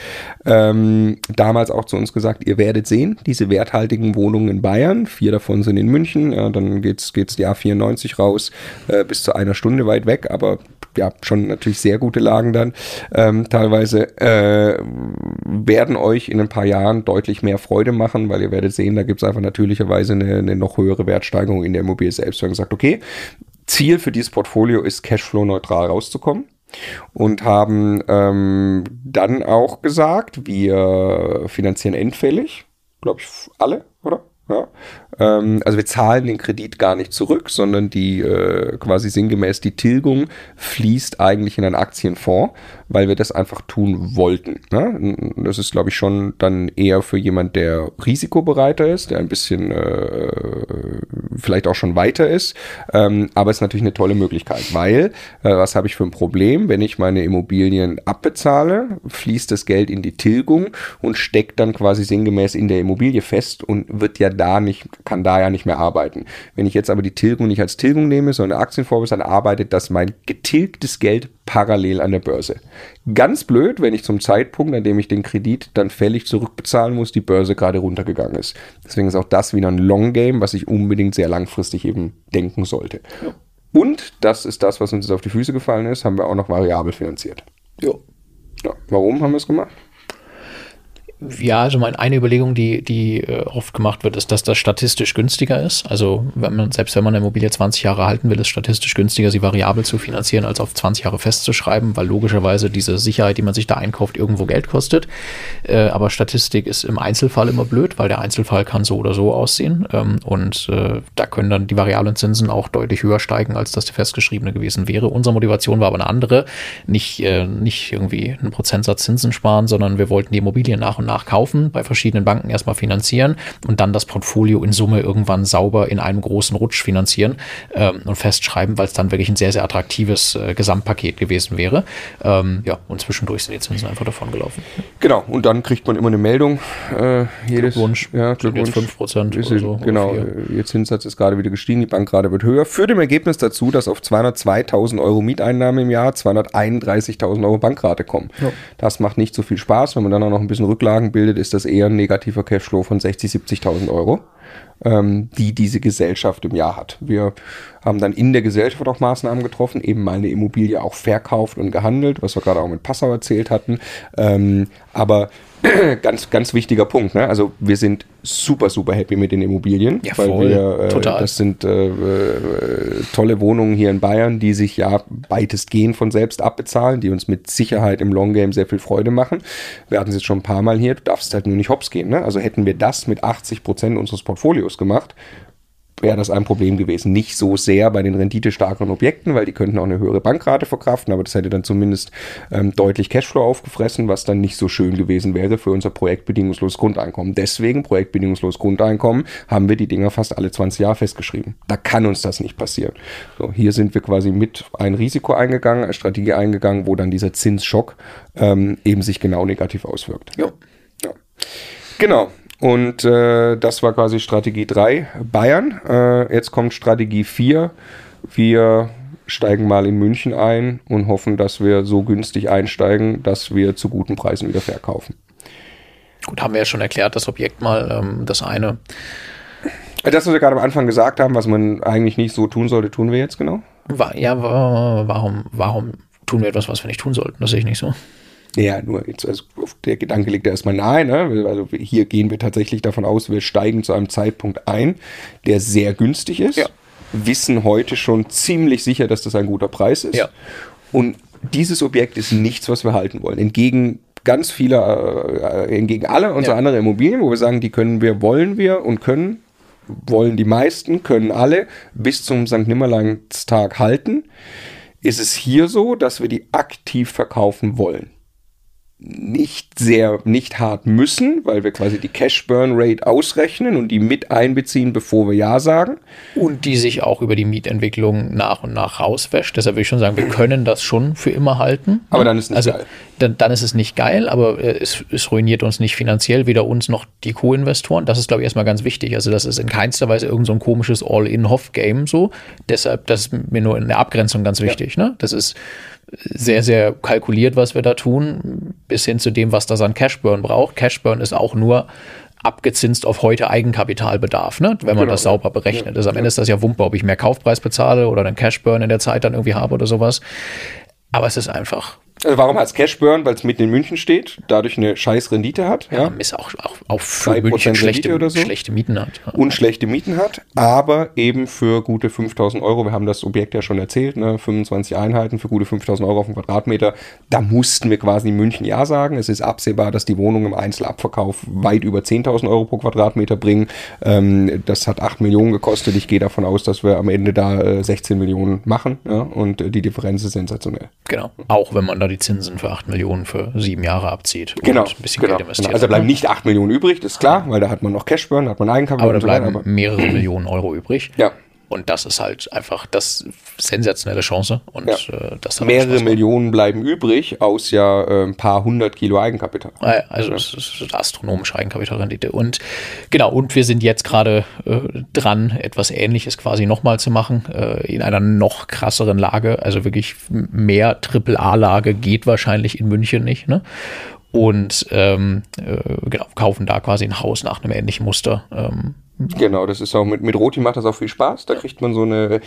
Damals auch zu uns gesagt, ihr werdet sehen, diese werthaltigen Wohnungen in Bayern, 4 davon sind in München, dann geht's die A94 raus, bis zu 1 Stunde weit weg, aber ja, schon natürlich sehr gute Lagen dann. Teilweise werden euch in ein paar Jahren deutlich mehr Freude machen, weil ihr werdet sehen, da gibt es einfach natürlicherweise eine noch höhere Wertsteigerung in der Immobilie selbst. Wir haben gesagt, okay, Ziel für dieses Portfolio ist, Cashflow-neutral rauszukommen. Und haben dann auch gesagt, wir finanzieren endfällig, glaube ich, alle, oder? Ja. Also wir zahlen den Kredit gar nicht zurück, sondern die quasi sinngemäß die Tilgung fließt eigentlich in einen Aktienfonds, weil wir das einfach tun wollten. Ne? Das ist, glaube ich, schon dann eher für jemand, der risikobereiter ist, der ein bisschen vielleicht auch schon weiter ist. Aber es ist natürlich eine tolle Möglichkeit, weil was habe ich für ein Problem? Wenn ich meine Immobilien abbezahle, fließt das Geld in die Tilgung und steckt dann quasi sinngemäß in der Immobilie fest und wird ja kann da ja nicht mehr arbeiten. Wenn ich jetzt aber die Tilgung nicht als Tilgung nehme, sondern Aktienfonds, dann arbeitet das mein getilgtes Geld parallel an der Börse. Ganz blöd, wenn ich zum Zeitpunkt, an dem ich den Kredit dann fällig zurückbezahlen muss, die Börse gerade runtergegangen ist. Deswegen ist auch das wieder ein Long Game, was ich unbedingt sehr langfristig eben denken sollte. Ja. Und, das ist das, was uns jetzt auf die Füße gefallen ist, haben wir auch noch variabel finanziert. Jo. Ja. Warum haben wir es gemacht? Ja, also eine Überlegung, die oft gemacht wird, ist, dass das statistisch günstiger ist. Also selbst wenn man eine Immobilie 20 Jahre halten will, ist statistisch günstiger, sie variabel zu finanzieren, als auf 20 Jahre festzuschreiben, weil logischerweise diese Sicherheit, die man sich da einkauft, irgendwo Geld kostet. Aber Statistik ist im Einzelfall immer blöd, weil der Einzelfall kann so oder so aussehen. Und da können dann die variablen Zinsen auch deutlich höher steigen, als das der festgeschriebene gewesen wäre. Unsere Motivation war aber eine andere. Nicht irgendwie einen Prozentsatz Zinsen sparen, sondern wir wollten die Immobilien nach und nach kaufen, bei verschiedenen Banken erstmal finanzieren und dann das Portfolio in Summe irgendwann sauber in einem großen Rutsch finanzieren und festschreiben, weil es dann wirklich ein sehr, sehr attraktives Gesamtpaket gewesen wäre. Und zwischendurch sind die Zinsen einfach davon gelaufen. Genau, und dann kriegt man immer eine Meldung. Glückwunsch. Ja, Glückwunsch. Jetzt 5% oder so. Genau, ihr Zinssatz ist gerade wieder gestiegen, die Bankrate wird höher. Führt im Ergebnis dazu, dass auf 202.000 Euro Mieteinnahmen im Jahr 231.000 Euro Bankrate kommen. Ja. Das macht nicht so viel Spaß. Wenn man dann auch noch ein bisschen Rücklagen bildet, ist das eher ein negativer Cashflow von 60.000, 70.000 Euro, die diese Gesellschaft im Jahr hat. Wir haben dann in der Gesellschaft auch Maßnahmen getroffen, eben mal eine Immobilie auch verkauft und gehandelt, was wir gerade auch mit Passau erzählt hatten. Aber ganz, ganz wichtiger Punkt, ne? Also wir sind super, super happy mit den Immobilien. Ja, voll. Total. Das sind tolle Wohnungen hier in Bayern, die sich ja weitestgehend von selbst abbezahlen, die uns mit Sicherheit im Long Game sehr viel Freude machen. Wir hatten es jetzt schon ein paar Mal hier, du darfst halt nur nicht hops gehen, ne? Also hätten wir das mit 80% unseres Portfolios gemacht, wäre das ein Problem gewesen. Nicht so sehr bei den renditestarken Objekten, weil die könnten auch eine höhere Bankrate verkraften, aber das hätte dann zumindest deutlich Cashflow aufgefressen, was dann nicht so schön gewesen wäre für unser projektbedingungsloses Grundeinkommen. Deswegen, projektbedingungsloses Grundeinkommen, haben wir die Dinger fast alle 20 Jahre festgeschrieben. Da kann uns das nicht passieren. So, hier sind wir quasi mit ein Risiko eingegangen, eine Strategie eingegangen, wo dann dieser Zinsschock eben sich genau negativ auswirkt. Ja. Genau. Und das war quasi Strategie 3, Bayern. Jetzt kommt Strategie 4. Wir steigen mal in München ein und hoffen, dass wir so günstig einsteigen, dass wir zu guten Preisen wieder verkaufen. Gut, haben wir ja schon erklärt, das Objekt mal, das eine. Das, was wir gerade am Anfang gesagt haben, was man eigentlich nicht so tun sollte, tun wir jetzt genau? Warum tun wir etwas, was wir nicht tun sollten? Das sehe ich nicht so. Ja, nur jetzt, also der Gedanke liegt erstmal nahe, ne? Also hier gehen wir tatsächlich davon aus, wir steigen zu einem Zeitpunkt ein, der sehr günstig ist, wissen heute schon ziemlich sicher, dass das ein guter Preis ist. Ja. Und dieses Objekt ist nichts, was wir halten wollen. Entgegen aller unserer anderen Immobilien, wo wir sagen, die wollen wir und können, wollen die meisten, können alle bis zum St. Nimmerleinstag halten, ist es hier so, dass wir die aktiv verkaufen wollen. Nicht hart müssen, weil wir quasi die Cash-Burn-Rate ausrechnen und die mit einbeziehen, bevor wir Ja sagen. Und die sich auch über die Mietentwicklung nach und nach rauswäscht. Deshalb will ich schon sagen, wir können das schon für immer halten. Aber dann ist es nicht geil. Dann ist es nicht geil, aber es ruiniert uns nicht finanziell, weder uns noch die Co-Investoren. Das ist, glaube ich, erstmal ganz wichtig. Also das ist in keinster Weise irgend so ein komisches All-in-Hoff-Game so. Deshalb, das ist mir nur in der Abgrenzung ganz wichtig. Ne? Das ist sehr, sehr kalkuliert, was wir da tun, bis hin zu dem, was das an Cashburn braucht. Cashburn ist auch nur abgezinst auf heute Eigenkapitalbedarf, ne? Wenn man das sauber berechnet. Also am Ende ist das ja Wumpe, ob ich mehr Kaufpreis bezahle oder einen Cashburn in der Zeit dann irgendwie habe oder sowas. Aber es ist einfach... Also warum heißt Cashburn? Weil es mitten in München steht, dadurch eine scheiß Rendite hat. Ja, ist auch für München schlechte Mieten hat. Ja. Und schlechte Mieten hat, aber eben für gute 5.000 Euro, wir haben das Objekt ja schon erzählt, ne, 25 Einheiten für gute 5.000 Euro auf den Quadratmeter, da mussten wir quasi in München Ja sagen. Es ist absehbar, dass die Wohnungen im Einzelabverkauf weit über 10.000 Euro pro Quadratmeter bringen. Das hat 8 Millionen gekostet. Ich gehe davon aus, dass wir am Ende da 16 Millionen machen, ja, und die Differenz ist sensationell. Genau, auch wenn man da die Zinsen für 8 Millionen für 7 Jahre abzieht und ein bisschen Geld investiert. Genau. Also da bleiben nicht 8 Millionen übrig, das ist klar, weil da hat man noch Cashburn, da hat man Eigenkapital. Aber da bleiben mehrere Millionen Euro übrig. Ja. Und das ist halt einfach das sensationelle Chance. Und das hat mehrere Millionen bleiben übrig aus ein paar 100 Kilo Eigenkapital. Also das ist astronomische Eigenkapitalrendite. Und genau, und wir sind jetzt gerade dran, etwas Ähnliches quasi nochmal zu machen, in einer noch krasseren Lage. Also wirklich mehr AAA-Lage geht wahrscheinlich in München nicht, ne? Und kaufen da quasi ein Haus nach einem ähnlichen Muster. Genau, das ist auch mit Roti macht das auch viel Spaß. Da kriegt man so eine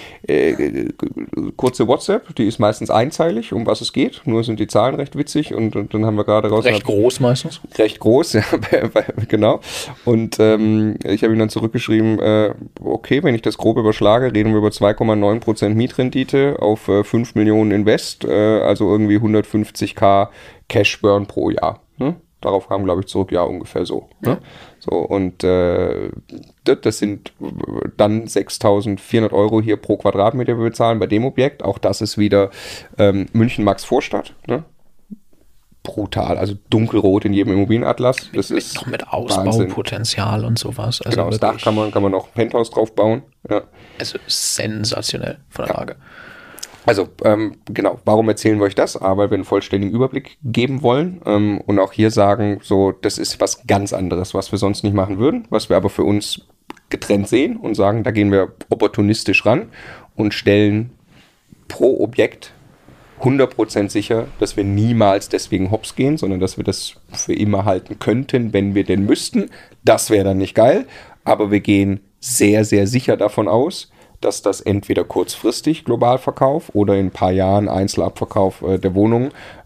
kurze WhatsApp, die ist meistens einzeilig, um was es geht. Nur sind die Zahlen recht witzig und dann haben wir gerade raus. Recht groß meistens. Recht groß, ja, genau. Und ich habe ihm dann zurückgeschrieben, okay, wenn ich das grob überschlage, reden wir über 2,9% Mietrendite auf 5 Millionen Invest, also irgendwie 150.000 Cashburn pro Jahr. Ne? Darauf kam, glaube ich, zurück, ja, ungefähr so. Ne? So, und das sind dann 6.400 Euro hier pro Quadratmeter wir bezahlen bei dem Objekt. Auch das ist wieder München Max Vorstadt. Ne? brutal. Also dunkelrot in jedem Immobilienatlas. Das ist noch mit Ausbaupotenzial und sowas. Also genau, das Dach kann man auch ein Penthouse drauf bauen. Ja. Also sensationell von der Lage. Also, genau, warum erzählen wir euch das? Weil wir einen vollständigen Überblick geben wollen und auch hier sagen, so, das ist was ganz anderes, was wir sonst nicht machen würden, was wir aber für uns getrennt sehen und sagen, da gehen wir opportunistisch ran und stellen pro Objekt 100% sicher, dass wir niemals deswegen hops gehen, sondern dass wir das für immer halten könnten, wenn wir denn müssten. Das wäre dann nicht geil, aber wir gehen sehr, sehr sicher davon aus, dass das entweder kurzfristig Globalverkauf oder in ein paar Jahren Einzelabverkauf der Wohnung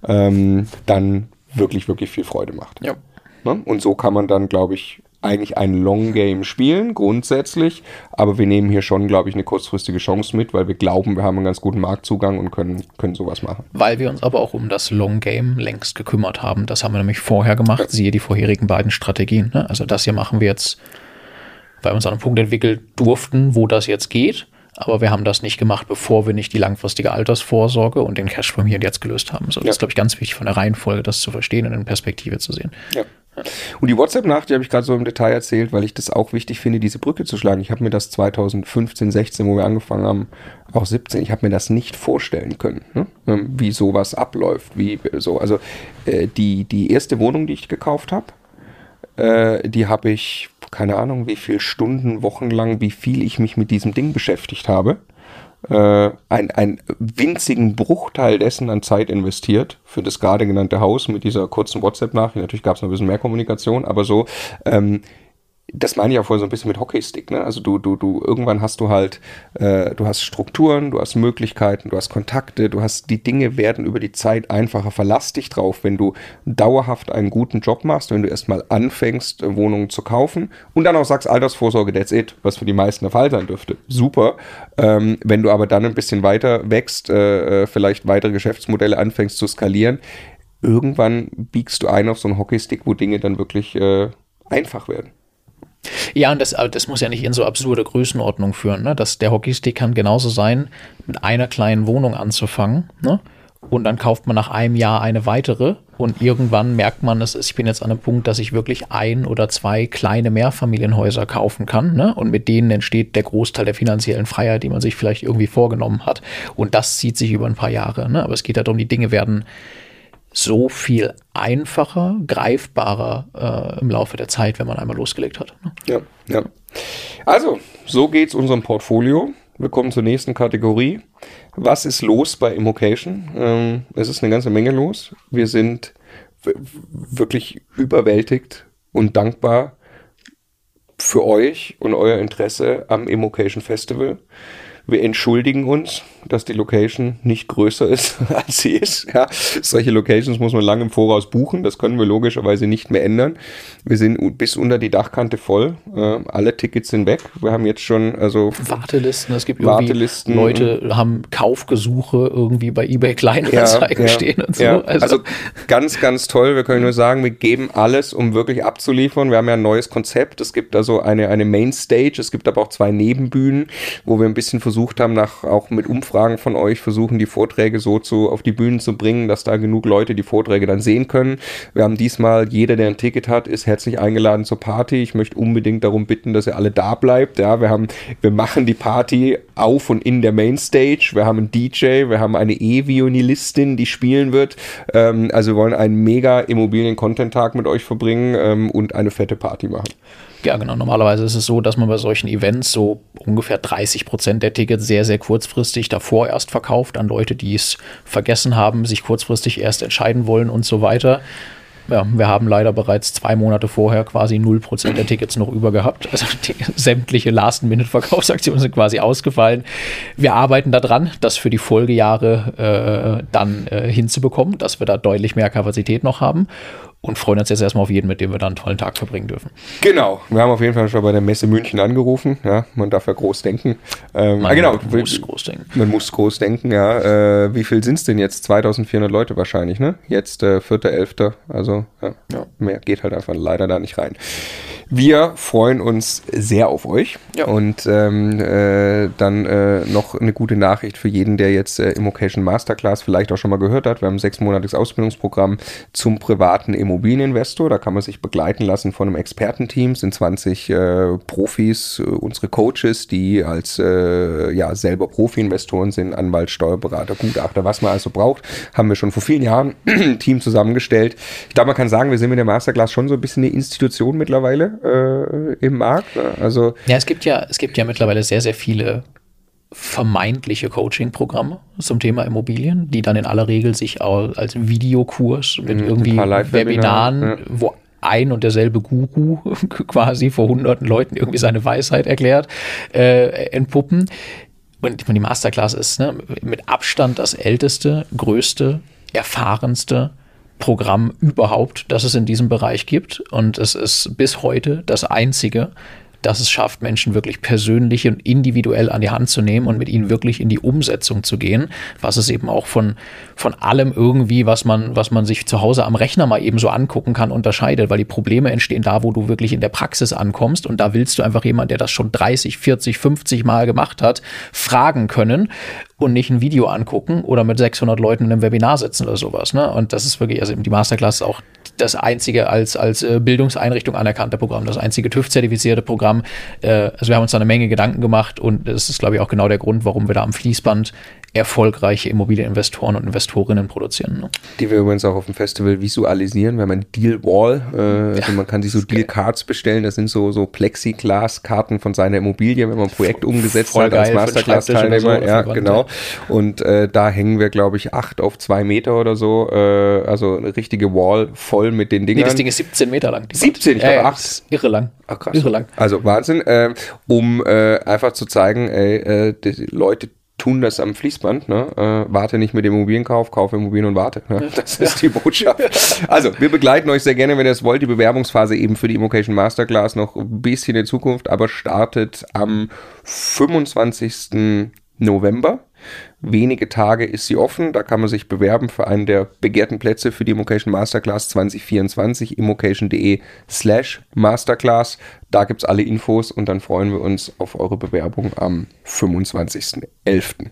dann wirklich, wirklich viel Freude macht. Ja. Ne? Und so kann man dann, glaube ich, eigentlich ein Long Game spielen, grundsätzlich, aber wir nehmen hier schon, glaube ich, eine kurzfristige Chance mit, weil wir glauben, wir haben einen ganz guten Marktzugang und können sowas machen. Weil wir uns aber auch um das Long Game längst gekümmert haben. Das haben wir nämlich vorher gemacht, siehe die vorherigen beiden Strategien. Ne? Also das hier machen wir jetzt, weil wir uns an einem Punkt entwickelt durften, wo das jetzt geht. Aber wir haben das nicht gemacht, bevor wir nicht die langfristige Altersvorsorge und den Cashflow hier und jetzt gelöst haben. So, das ist, glaube ich, ganz wichtig von der Reihenfolge, das zu verstehen und in Perspektive zu sehen. Ja. Und die WhatsApp-Nachricht habe ich gerade so im Detail erzählt, weil ich das auch wichtig finde, diese Brücke zu schlagen. Ich habe mir das 2015, 16, wo wir angefangen haben, auch 17, ich habe mir das nicht vorstellen können, ne? Wie sowas abläuft. Also die erste Wohnung, die ich gekauft habe, die habe ich, keine Ahnung, wie viele Stunden, Wochen lang, wie viel ich mich mit diesem Ding beschäftigt habe. Einen winzigen Bruchteil dessen an Zeit investiert für das gerade genannte Haus mit dieser kurzen WhatsApp-Nachricht. Natürlich gab es noch ein bisschen mehr Kommunikation, aber so, das meine ich auch vorher so ein bisschen mit Hockeystick, ne? Also du irgendwann hast du halt, du hast Strukturen, du hast Möglichkeiten, du hast Kontakte, die Dinge werden über die Zeit einfacher. Verlass dich drauf, wenn du dauerhaft einen guten Job machst, wenn du erstmal anfängst, Wohnungen zu kaufen und dann auch sagst, Altersvorsorge, that's it, was für die meisten der Fall sein dürfte. Super. Wenn du aber dann ein bisschen weiter wächst, vielleicht weitere Geschäftsmodelle anfängst zu skalieren, irgendwann biegst du ein auf so einen Hockeystick, wo Dinge dann wirklich einfach werden. Ja, und das muss ja nicht in so absurde Größenordnung führen. Ne? Der Hockeystick kann genauso sein, mit einer kleinen Wohnung anzufangen, ne? Und dann kauft man nach einem Jahr eine weitere und irgendwann merkt man, ich bin jetzt an einem Punkt, dass ich wirklich 1 oder 2 kleine Mehrfamilienhäuser kaufen kann, ne? Und mit denen entsteht der Großteil der finanziellen Freiheit, die man sich vielleicht irgendwie vorgenommen hat. Und das zieht sich über ein paar Jahre. Ne? Aber es geht darum, die Dinge werden so viel einfacher, greifbarer im Laufe der Zeit, wenn man einmal losgelegt hat. Ja. Also, so geht's unserem Portfolio. Wir kommen zur nächsten Kategorie. Was ist los bei Immocation? Es ist eine ganze Menge los. Wir sind wirklich überwältigt und dankbar für euch und euer Interesse am Immocation Festival. Wir entschuldigen uns, dass die Location nicht größer ist, als sie ist. Ja, solche Locations muss man lange im Voraus buchen. Das können wir logischerweise nicht mehr ändern. Wir sind bis unter die Dachkante voll. Alle Tickets sind weg. Wir haben jetzt schon Wartelisten. Es gibt Wartelisten. Leute haben Kaufgesuche irgendwie bei eBay Kleinanzeigen stehen und so. Ja. Also ganz, ganz toll. Wir können nur sagen, wir geben alles, um wirklich abzuliefern. Wir haben ja ein neues Konzept. Es gibt also eine Mainstage. Es gibt aber auch 2 Nebenbühnen, wo wir ein bisschen versucht haben, auch mit Umfragen von euch versuchen, die Vorträge so auf die Bühnen zu bringen, dass da genug Leute die Vorträge dann sehen können. Wir haben diesmal, jeder, der ein Ticket hat, ist herzlich eingeladen zur Party. Ich möchte unbedingt darum bitten, dass ihr alle da bleibt. Ja, wir machen die Party auf und in der Mainstage. Wir haben einen DJ, wir haben eine E-Violinistin, die spielen wird. Also wir wollen einen mega Immobilien-Content-Tag mit euch verbringen und eine fette Party machen. Ja, genau. Normalerweise ist es so, dass man bei solchen Events so ungefähr 30% der Tickets sehr, sehr kurzfristig davor erst verkauft an Leute, die es vergessen haben, sich kurzfristig erst entscheiden wollen und so weiter. Ja, wir haben leider bereits 2 Monate vorher quasi 0% der Tickets noch über gehabt. Also sämtliche Last-Minute-Verkaufsaktionen sind quasi ausgefallen. Wir arbeiten daran, das für die Folgejahre dann hinzubekommen, dass wir da deutlich mehr Kapazität noch haben. Und freuen uns jetzt erstmal auf jeden, mit dem wir dann einen tollen Tag verbringen dürfen. Genau, wir haben auf jeden Fall schon bei der Messe München angerufen. Ja, man darf ja groß denken. Man muss groß denken. Man muss groß denken, ja. Wie viel sind es denn jetzt? 2400 Leute wahrscheinlich, ne? Jetzt 4.11. Also mehr geht halt einfach leider da nicht rein. Wir freuen uns sehr auf euch. Ja. Und dann noch eine gute Nachricht für jeden, der jetzt Immocation Masterclass vielleicht auch schon mal gehört hat. Wir haben ein 6-monatiges Ausbildungsprogramm zum privaten Immobilieninvestor. Da kann man sich begleiten lassen von einem Expertenteam. Es sind 20 Profis, unsere Coaches, die als selber Profi-Investoren sind, Anwalt, Steuerberater, Gutachter, was man also braucht. Haben wir schon vor vielen Jahren ein Team zusammengestellt. Ich glaube, man kann sagen, wir sind mit der Masterclass schon so ein bisschen eine Institution mittlerweile im Markt. Also ja, es gibt ja mittlerweile sehr, sehr viele vermeintliche Coaching-Programme zum Thema Immobilien, die dann in aller Regel sich auch als Videokurs mit irgendwie Webinaren, wo ein und derselbe Guru quasi vor hunderten Leuten irgendwie seine Weisheit erklärt, entpuppen. Und die Masterclass ist mit Abstand das älteste, größte, erfahrenste Programm überhaupt, das es in diesem Bereich gibt. Und es ist bis heute das einzige, das es schafft, Menschen wirklich persönlich und individuell an die Hand zu nehmen und mit ihnen wirklich in die Umsetzung zu gehen, was es eben auch von allem irgendwie, was man sich zu Hause am Rechner mal eben so angucken kann, unterscheidet, weil die Probleme entstehen da, wo du wirklich in der Praxis ankommst, und da willst du einfach jemanden, der das schon 30, 40, 50 Mal gemacht hat, fragen können und nicht ein Video angucken oder mit 600 Leuten in einem Webinar sitzen oder sowas. Ne? Und das ist wirklich, also die Masterclass ist auch das einzige als Bildungseinrichtung anerkannte Programm, das einzige TÜV-zertifizierte Programm. Also wir haben uns da eine Menge Gedanken gemacht, und das ist, glaube ich, auch genau der Grund, warum wir da am Fließband erfolgreiche Immobilieninvestoren und Investorinnen produzieren. Ne? Die wir übrigens auch auf dem Festival visualisieren. Wir haben ein Deal Wall, also man kann sich so Deal Cards bestellen. Das sind so Plexiglas-Karten von seiner Immobilie, wenn man ein Projekt umgesetzt hat als Masterclass-Teilnehmer. Ja, genau. Und da hängen wir, glaube ich, 8 auf 2 Meter oder so. Also eine richtige Wall voll mit den Dingern. Nee, das Ding ist 17 Meter lang. 17, ich glaube 8. Das ist irre lang. Ach, krass. Irre lang. Also Wahnsinn. Um einfach zu zeigen, die Leute tun das am Fließband, ne? Warte nicht mit dem Immobilienkauf, kaufe Immobilien und warte. Ne? Das ist die Botschaft. Also, wir begleiten euch sehr gerne, wenn ihr es wollt. Die Bewerbungsphase eben für die Immocation Masterclass noch ein bisschen in Zukunft, aber startet am 25. November. Wenige Tage ist sie offen, da kann man sich bewerben für einen der begehrten Plätze für die Immocation Masterclass 2024, immocation.de/Masterclass. Da gibt es alle Infos, und dann freuen wir uns auf eure Bewerbung am 25.11.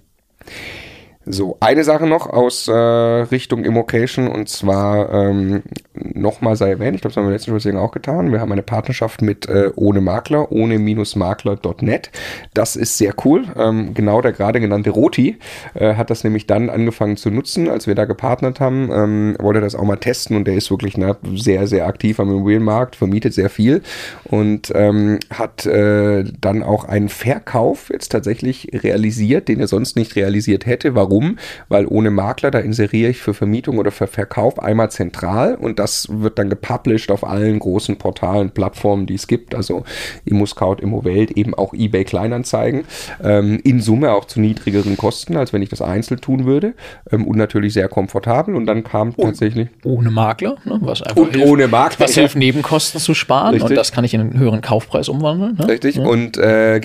So, eine Sache noch aus Richtung Immocation, und zwar nochmal sei erwähnt, ich glaube, das haben wir letzten Schlussjahr auch getan, wir haben eine Partnerschaft mit Ohne Makler, ohne-makler.net. Das ist sehr cool. Genau der gerade genannte Roti hat das nämlich dann angefangen zu nutzen, als wir da gepartnert haben, wollte das auch mal testen, und der ist wirklich sehr, sehr aktiv am Immobilienmarkt, vermietet sehr viel und hat dann auch einen Verkauf jetzt tatsächlich realisiert, den er sonst nicht realisiert hätte. Warum? Weil Ohne Makler, da inseriere ich für Vermietung oder für Verkauf einmal zentral, und das wird dann gepublished auf allen großen Portalen, Plattformen, die es gibt, also ImmoScout, ImmoWelt, eben auch eBay Kleinanzeigen, in Summe auch zu niedrigeren Kosten, als wenn ich das einzeln tun würde, und natürlich sehr komfortabel, und dann kam tatsächlich... Ohne Makler, ne, was einfach hilft, ohne Makler, was hilft, Nebenkosten zu sparen. Richtig. Und das kann ich in einen höheren Kaufpreis umwandeln. Ne? Richtig, ja. Und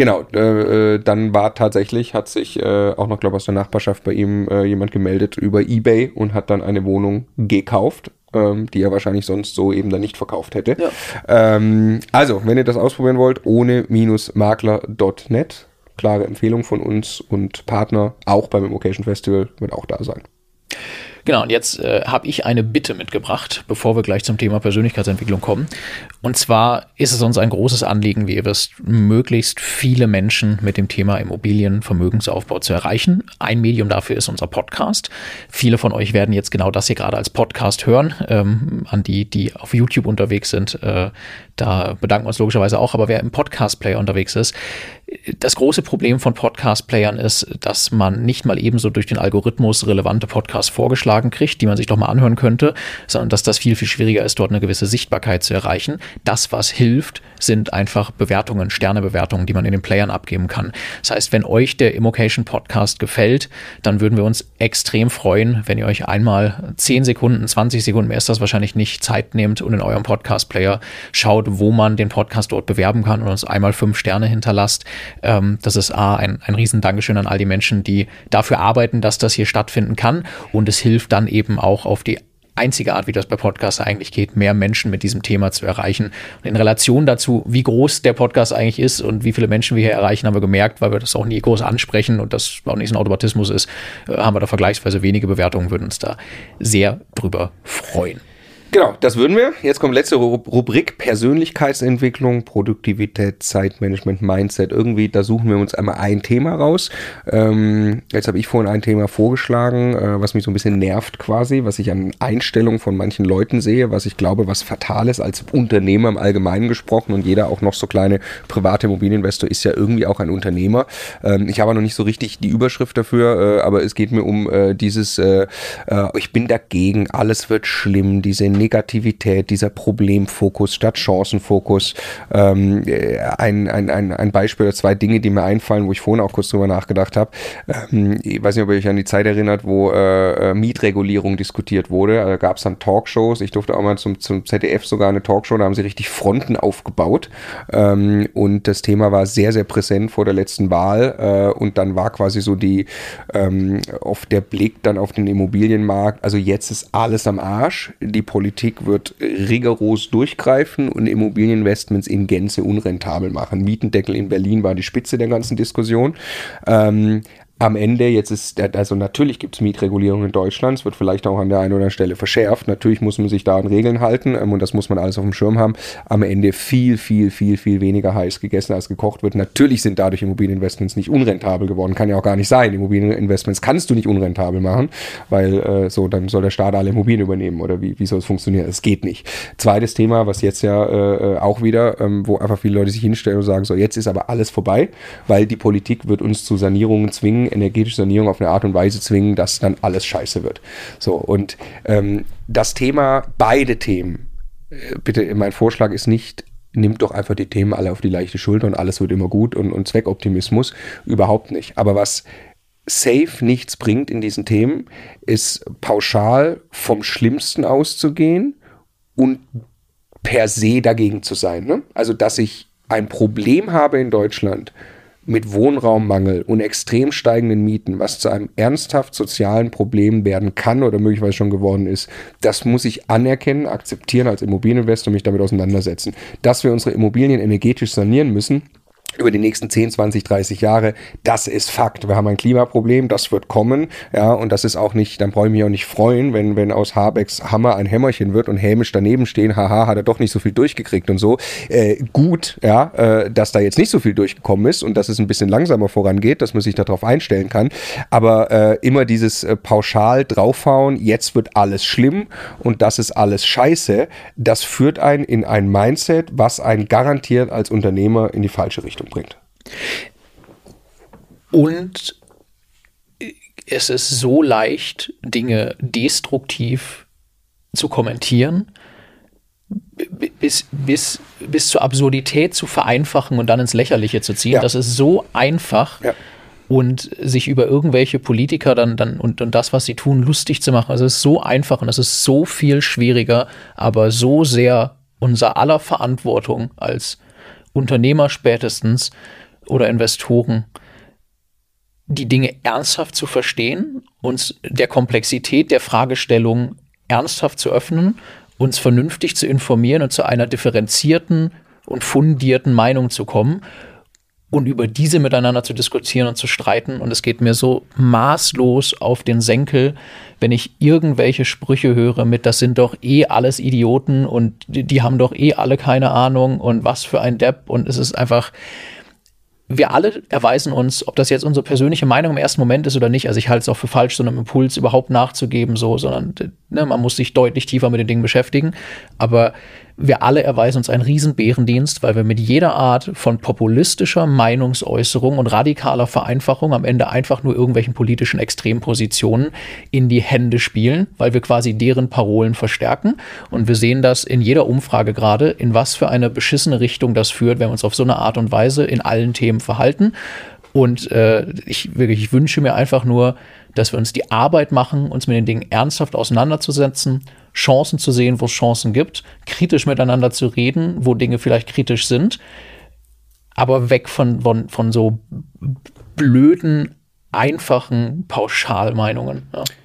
dann war tatsächlich, hat sich auch noch, glaube ich, aus der Nachbarschaft bei ihm jemand gemeldet über eBay und hat dann eine Wohnung gekauft, die er wahrscheinlich sonst so eben dann nicht verkauft hätte. Ja. Also, wenn ihr das ausprobieren wollt, ohne-makler.net, klare Empfehlung von uns, und Partner auch beim Immocation Festival wird auch da sein. Genau, und jetzt habe ich eine Bitte mitgebracht, bevor wir gleich zum Thema Persönlichkeitsentwicklung kommen. Und zwar ist es uns ein großes Anliegen, wie ihr wisst, möglichst viele Menschen mit dem Thema Immobilienvermögensaufbau zu erreichen. Ein Medium dafür ist unser Podcast. Viele von euch werden jetzt genau das hier gerade als Podcast hören. An die auf YouTube unterwegs sind, da bedanken wir uns logischerweise auch. Aber wer im Podcast-Player unterwegs ist, das große Problem von Podcast-Playern ist, dass man nicht mal ebenso durch den Algorithmus relevante Podcasts vorgeschlagen kriegt, die man sich doch mal anhören könnte, sondern dass das viel, viel schwieriger ist, dort eine gewisse Sichtbarkeit zu erreichen. Das, was hilft, sind einfach Bewertungen, Sternebewertungen, die man in den Playern abgeben kann. Das heißt, wenn euch der Immocation Podcast gefällt, dann würden wir uns extrem freuen, wenn ihr euch einmal 10 Sekunden, 20 Sekunden, mehr ist das wahrscheinlich nicht, Zeit nehmt und in eurem Podcast-Player schaut, wo man den Podcast dort bewerben kann und uns einmal 5 Sterne hinterlasst. Das ist ein riesen Dankeschön an all die Menschen, die dafür arbeiten, dass das hier stattfinden kann, und es hilft dann eben auch auf die einzige Art, wie das bei Podcasts eigentlich geht, mehr Menschen mit diesem Thema zu erreichen. Und in Relation dazu, wie groß der Podcast eigentlich ist und wie viele Menschen wir hier erreichen, haben wir gemerkt, weil wir das auch nie groß ansprechen und das auch nicht so ein Automatismus ist, haben wir da vergleichsweise wenige Bewertungen, würden uns da sehr drüber freuen. Genau, das würden wir. Jetzt kommt letzte Rubrik, Persönlichkeitsentwicklung, Produktivität, Zeitmanagement, Mindset. Irgendwie, da suchen wir uns einmal ein Thema raus. Jetzt habe ich vorhin ein Thema vorgeschlagen, was mich so ein bisschen nervt quasi, was ich an Einstellungen von manchen Leuten sehe, was ich glaube, was fatal ist als Unternehmer im Allgemeinen gesprochen und jeder auch noch so kleine private Immobilieninvestor ist ja irgendwie auch ein Unternehmer. Ich habe noch nicht so richtig die Überschrift dafür, aber es geht mir um dieses, ich bin dagegen, alles wird schlimm, diese Negativität, dieser Problemfokus statt Chancenfokus. Ein Beispiel oder zwei Dinge, die mir einfallen, wo ich vorhin auch kurz drüber nachgedacht habe. Ich weiß nicht, ob ihr euch an die Zeit erinnert, wo Mietregulierung diskutiert wurde. Da gab es dann Talkshows. Ich durfte auch mal zum ZDF sogar eine Talkshow, da haben sie richtig Fronten aufgebaut. Und das Thema war sehr, sehr präsent vor der letzten Wahl. Und dann war quasi so oft der Blick dann auf den Immobilienmarkt. Also jetzt ist alles am Arsch. Die Politik wird rigoros durchgreifen und Immobilieninvestments in Gänze unrentabel machen. Mietendeckel in Berlin war die Spitze der ganzen Diskussion. Am Ende, jetzt ist, also natürlich gibt es Mietregulierung in Deutschland, es wird vielleicht auch an der einen oder anderen Stelle verschärft, natürlich muss man sich da an Regeln halten und das muss man alles auf dem Schirm haben. Am Ende viel weniger heiß gegessen als gekocht wird. Natürlich sind dadurch Immobilieninvestments nicht unrentabel geworden, kann ja auch gar nicht sein. Immobilieninvestments kannst du nicht unrentabel machen, weil dann soll der Staat alle Immobilien übernehmen oder wie soll es funktionieren? Es geht nicht. Zweites Thema, was jetzt ja auch wieder, wo einfach viele Leute sich hinstellen und sagen, so jetzt ist aber alles vorbei, weil die Politik wird uns zu Sanierungen zwingen, energetische Sanierung auf eine Art und Weise zwingen, dass dann alles scheiße wird. So, und das Thema, beide Themen, bitte, mein Vorschlag ist nicht, nimmt doch einfach die Themen alle auf die leichte Schulter und alles wird immer gut und Zweckoptimismus, überhaupt nicht. Aber was safe nichts bringt in diesen Themen, ist pauschal vom Schlimmsten auszugehen und per se dagegen zu sein. Ne? Also, dass ich ein Problem habe in Deutschland mit Wohnraummangel und extrem steigenden Mieten, was zu einem ernsthaft sozialen Problem werden kann oder möglicherweise schon geworden ist, das muss ich anerkennen, akzeptieren als Immobilieninvestor und mich damit auseinandersetzen. Dass wir unsere Immobilien energetisch sanieren müssen, über die nächsten 10, 20, 30 Jahre, das ist Fakt. Wir haben ein Klimaproblem, das wird kommen, ja, und das ist auch nicht, dann brauche ich mich auch nicht freuen, wenn aus Habecks Hammer ein Hämmerchen wird und hämisch daneben stehen, haha, hat er doch nicht so viel durchgekriegt und so. Gut, ja, dass da jetzt nicht so viel durchgekommen ist und dass es ein bisschen langsamer vorangeht, dass man sich darauf einstellen kann, aber immer dieses pauschal draufhauen, jetzt wird alles schlimm und das ist alles scheiße, das führt einen in ein Mindset, was einen garantiert als Unternehmer in die falsche Richtung bringt. Und es ist so leicht, Dinge destruktiv zu kommentieren, bis zur Absurdität zu vereinfachen und dann ins Lächerliche zu ziehen. Ja. Das ist so einfach. Ja. Und sich über irgendwelche Politiker dann und das, was sie tun, lustig zu machen. Also es ist so einfach und es ist so viel schwieriger, aber so sehr unser aller Verantwortung als Unternehmer spätestens oder Investoren, die Dinge ernsthaft zu verstehen, uns der Komplexität der Fragestellung ernsthaft zu öffnen, uns vernünftig zu informieren und zu einer differenzierten und fundierten Meinung zu kommen und über diese miteinander zu diskutieren und zu streiten. Und es geht mir so maßlos auf den Senkel, wenn ich irgendwelche Sprüche höre mit, das sind doch eh alles Idioten und die haben doch eh alle keine Ahnung und was für ein Depp. Und es ist einfach, wir alle erweisen uns, ob das jetzt unsere persönliche Meinung im ersten Moment ist oder nicht, also ich halte es auch für falsch, so einem Impuls überhaupt nachzugeben, sondern man muss sich deutlich tiefer mit den Dingen beschäftigen, aber wir alle erweisen uns einen riesen Bärendienst, weil wir mit jeder Art von populistischer Meinungsäußerung und radikaler Vereinfachung am Ende einfach nur irgendwelchen politischen Extrempositionen in die Hände spielen, weil wir quasi deren Parolen verstärken. Und wir sehen das in jeder Umfrage gerade, in was für eine beschissene Richtung das führt, wenn wir uns auf so eine Art und Weise in allen Themen verhalten. Und ich wünsche mir einfach nur, dass wir uns die Arbeit machen, uns mit den Dingen ernsthaft auseinanderzusetzen, Chancen zu sehen, wo es Chancen gibt, kritisch miteinander zu reden, wo Dinge vielleicht kritisch sind, aber weg von so blöden, einfachen Pauschalmeinungen. Ja.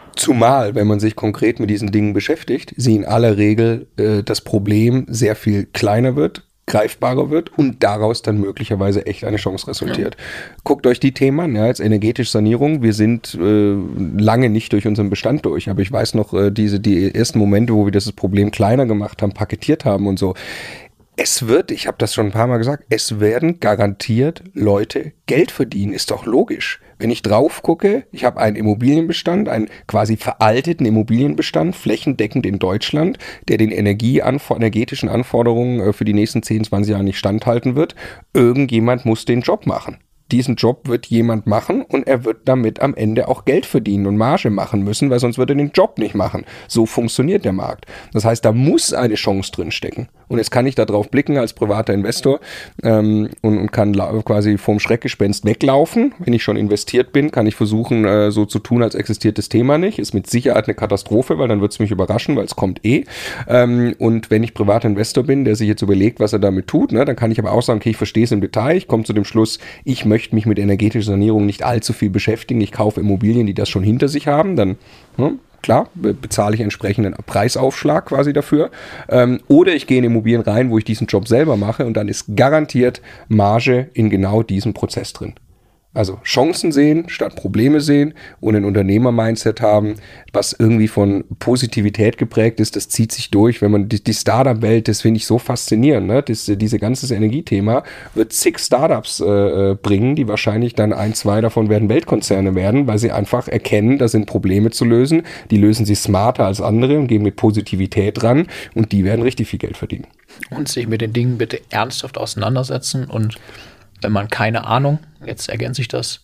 Zumal, wenn man sich konkret mit diesen Dingen beschäftigt, sie in aller Regel das Problem sehr viel kleiner wird, greifbarer wird und daraus dann möglicherweise echt eine Chance resultiert. Ja. Guckt euch die Themen an, ja, jetzt energetische Sanierung. Wir sind lange nicht durch unseren Bestand durch, aber ich weiß noch, die ersten Momente, wo wir das Problem kleiner gemacht haben, paketiert haben und so. Es wird, ich habe das schon ein paar Mal gesagt, es werden garantiert Leute Geld verdienen, ist doch logisch. Wenn ich drauf gucke, ich habe einen Immobilienbestand, einen quasi veralteten Immobilienbestand, flächendeckend in Deutschland, der den energetischen Anforderungen für die nächsten 10, 20 Jahre nicht standhalten wird. Irgendjemand muss den Job machen. Diesen Job wird jemand machen und er wird damit am Ende auch Geld verdienen und Marge machen müssen, weil sonst wird er den Job nicht machen. So funktioniert der Markt. Das heißt, da muss eine Chance drin stecken. Und jetzt kann ich da drauf blicken als privater Investor und kann quasi vom Schreckgespenst weglaufen. Wenn ich schon investiert bin, kann ich versuchen, so zu tun, als existiert das Thema nicht. Ist mit Sicherheit eine Katastrophe, weil dann wird es mich überraschen, weil es kommt und wenn ich privater Investor bin, der sich jetzt überlegt, was er damit tut, ne, dann kann ich aber auch sagen, okay, ich verstehe es im Detail. Ich komme zu dem Schluss, ich möchte mich mit energetischer Sanierung nicht allzu viel beschäftigen. Ich kaufe Immobilien, die das schon hinter sich haben. Dann, klar, bezahle ich entsprechenden Preisaufschlag quasi dafür. Oder ich gehe in Immobilien rein, wo ich diesen Job selber mache und dann ist garantiert Marge in genau diesem Prozess drin. Also Chancen sehen statt Probleme sehen und ein Unternehmer-Mindset haben, was irgendwie von Positivität geprägt ist, das zieht sich durch. Wenn man die Startup-Welt, das finde ich so faszinierend, ne? Diese ganze Energiethema wird zig Startups bringen, die wahrscheinlich dann 1, 2 davon werden Weltkonzerne werden, weil sie einfach erkennen, da sind Probleme zu lösen. Die lösen sie smarter als andere und gehen mit Positivität ran und die werden richtig viel Geld verdienen. Und sich mit den Dingen bitte ernsthaft auseinandersetzen und wenn man keine Ahnung, jetzt ergänze ich das,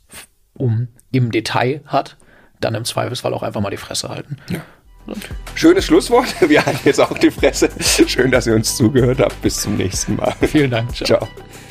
im Detail hat, dann im Zweifelsfall auch einfach mal die Fresse halten. Ja. Schönes Schlusswort. Wir halten jetzt auch die Fresse. Schön, dass ihr uns zugehört habt. Bis zum nächsten Mal. Vielen Dank. Ciao.